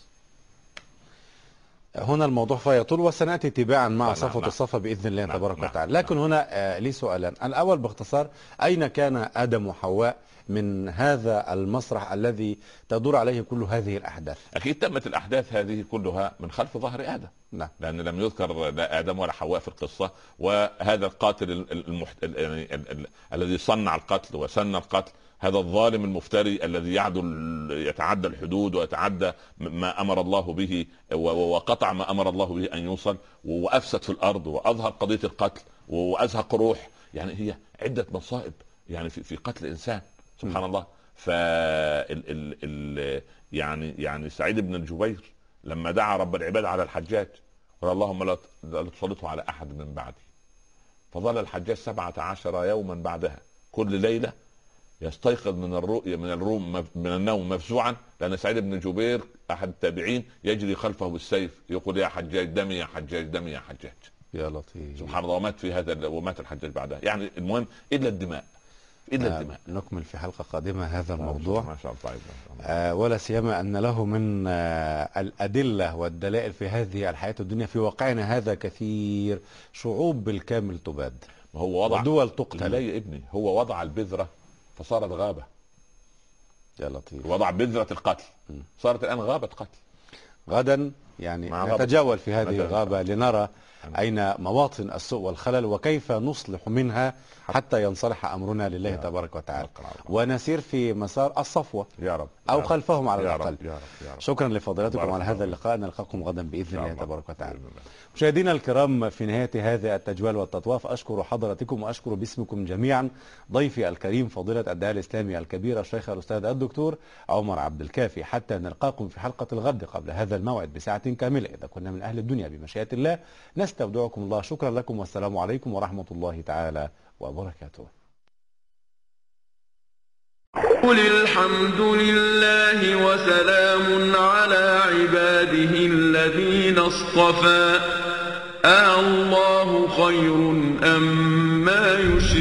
هنا الموضوع فيطول وسنأتي تباعا مع صفوة الصفا بإذن الله تبارك وتعالى. لكن هنا لي سؤالان. الأول باختصار، أين كان آدم وحواء من هذا المسرح الذي تدور عليه كل هذه الأحداث؟ أكيد تمت الأحداث هذه كلها من خلف ظهر آدم. نعم. لأن لم يذكر لا آدم ولا حواء في القصة، وهذا القاتل الذي صنع القتل وسن القتل، هذا الظالم المفتري الذي يتعدى الحدود ويتعدى ما أمر الله به وقطع ما أمر الله به أن يوصل، وأفسد في الأرض وأظهر قضية القتل وأزهق روح. يعني هي عدة مصائب يعني في قتل إنسان، سبحان الله. يعني سعيد بن الجبير لما دعا رب العباد على الحجاج قال اللهم لا تسلطه على أحد من بعدي، فظل الحجاج 17 يوما بعدها كل ليلة يستيقظ من الرؤية من النوم مفزوعا، لأن سعيد بن جبير أحد التابعين يجري خلفه بالسيف يقول يا حجاج دمي يا حجاج دمي يا حجاج. يا لطيف. سبحان الله. ومات في هذا ومات الحجاج بعدها. يعني المهم إلا الدماء، إلا الدماء. نكمل في حلقة قادمة هذا الموضوع ما شاء الله. ولا سيما أن له من الأدلة والدلائل في هذه الحياة الدنيا في واقعنا هذا كثير. شعوب بالكامل تباد، هو وضع ودول تقتل. لا يا ابني، هو وضع البذرة فصارت غابة. يا لطيف. وضع بذرة القتل صارت الآن غابة قتل. غدا يعني نتجول في هذه الغابة لنرى أين مواطن السوء والخلل وكيف نصلح منها حتى ينصلح أمرنا لله تبارك وتعالى، ونسير في مسار الصفوة يا رب أو خلفهم على الأقل. يا رب. شكرا لفضيلتكم على هذا اللقاء، نلقاكم غدا بإذن الله تبارك وتعالى. مشاهدينا الكرام، في نهاية هذا التجوال والتطواف أشكر حضراتكم وأشكر باسمكم جميعا ضيفي الكريم فضيلة الداعية الإسلامي الكبير الشيخ الأستاذ الدكتور عمر عبد الكافي، حتى نلقاكم في حلقة الغد قبل هذا الموعد بساعة كاملة إذا كنا من أهل الدنيا بمشيئة الله. نستودعكم الله. شكرا لكم والسلام عليكم ورحمة الله تعالى وبركاته. قل الحمد لله وسلام على عباده الذين اصطفى الله خير أم ما يشركون.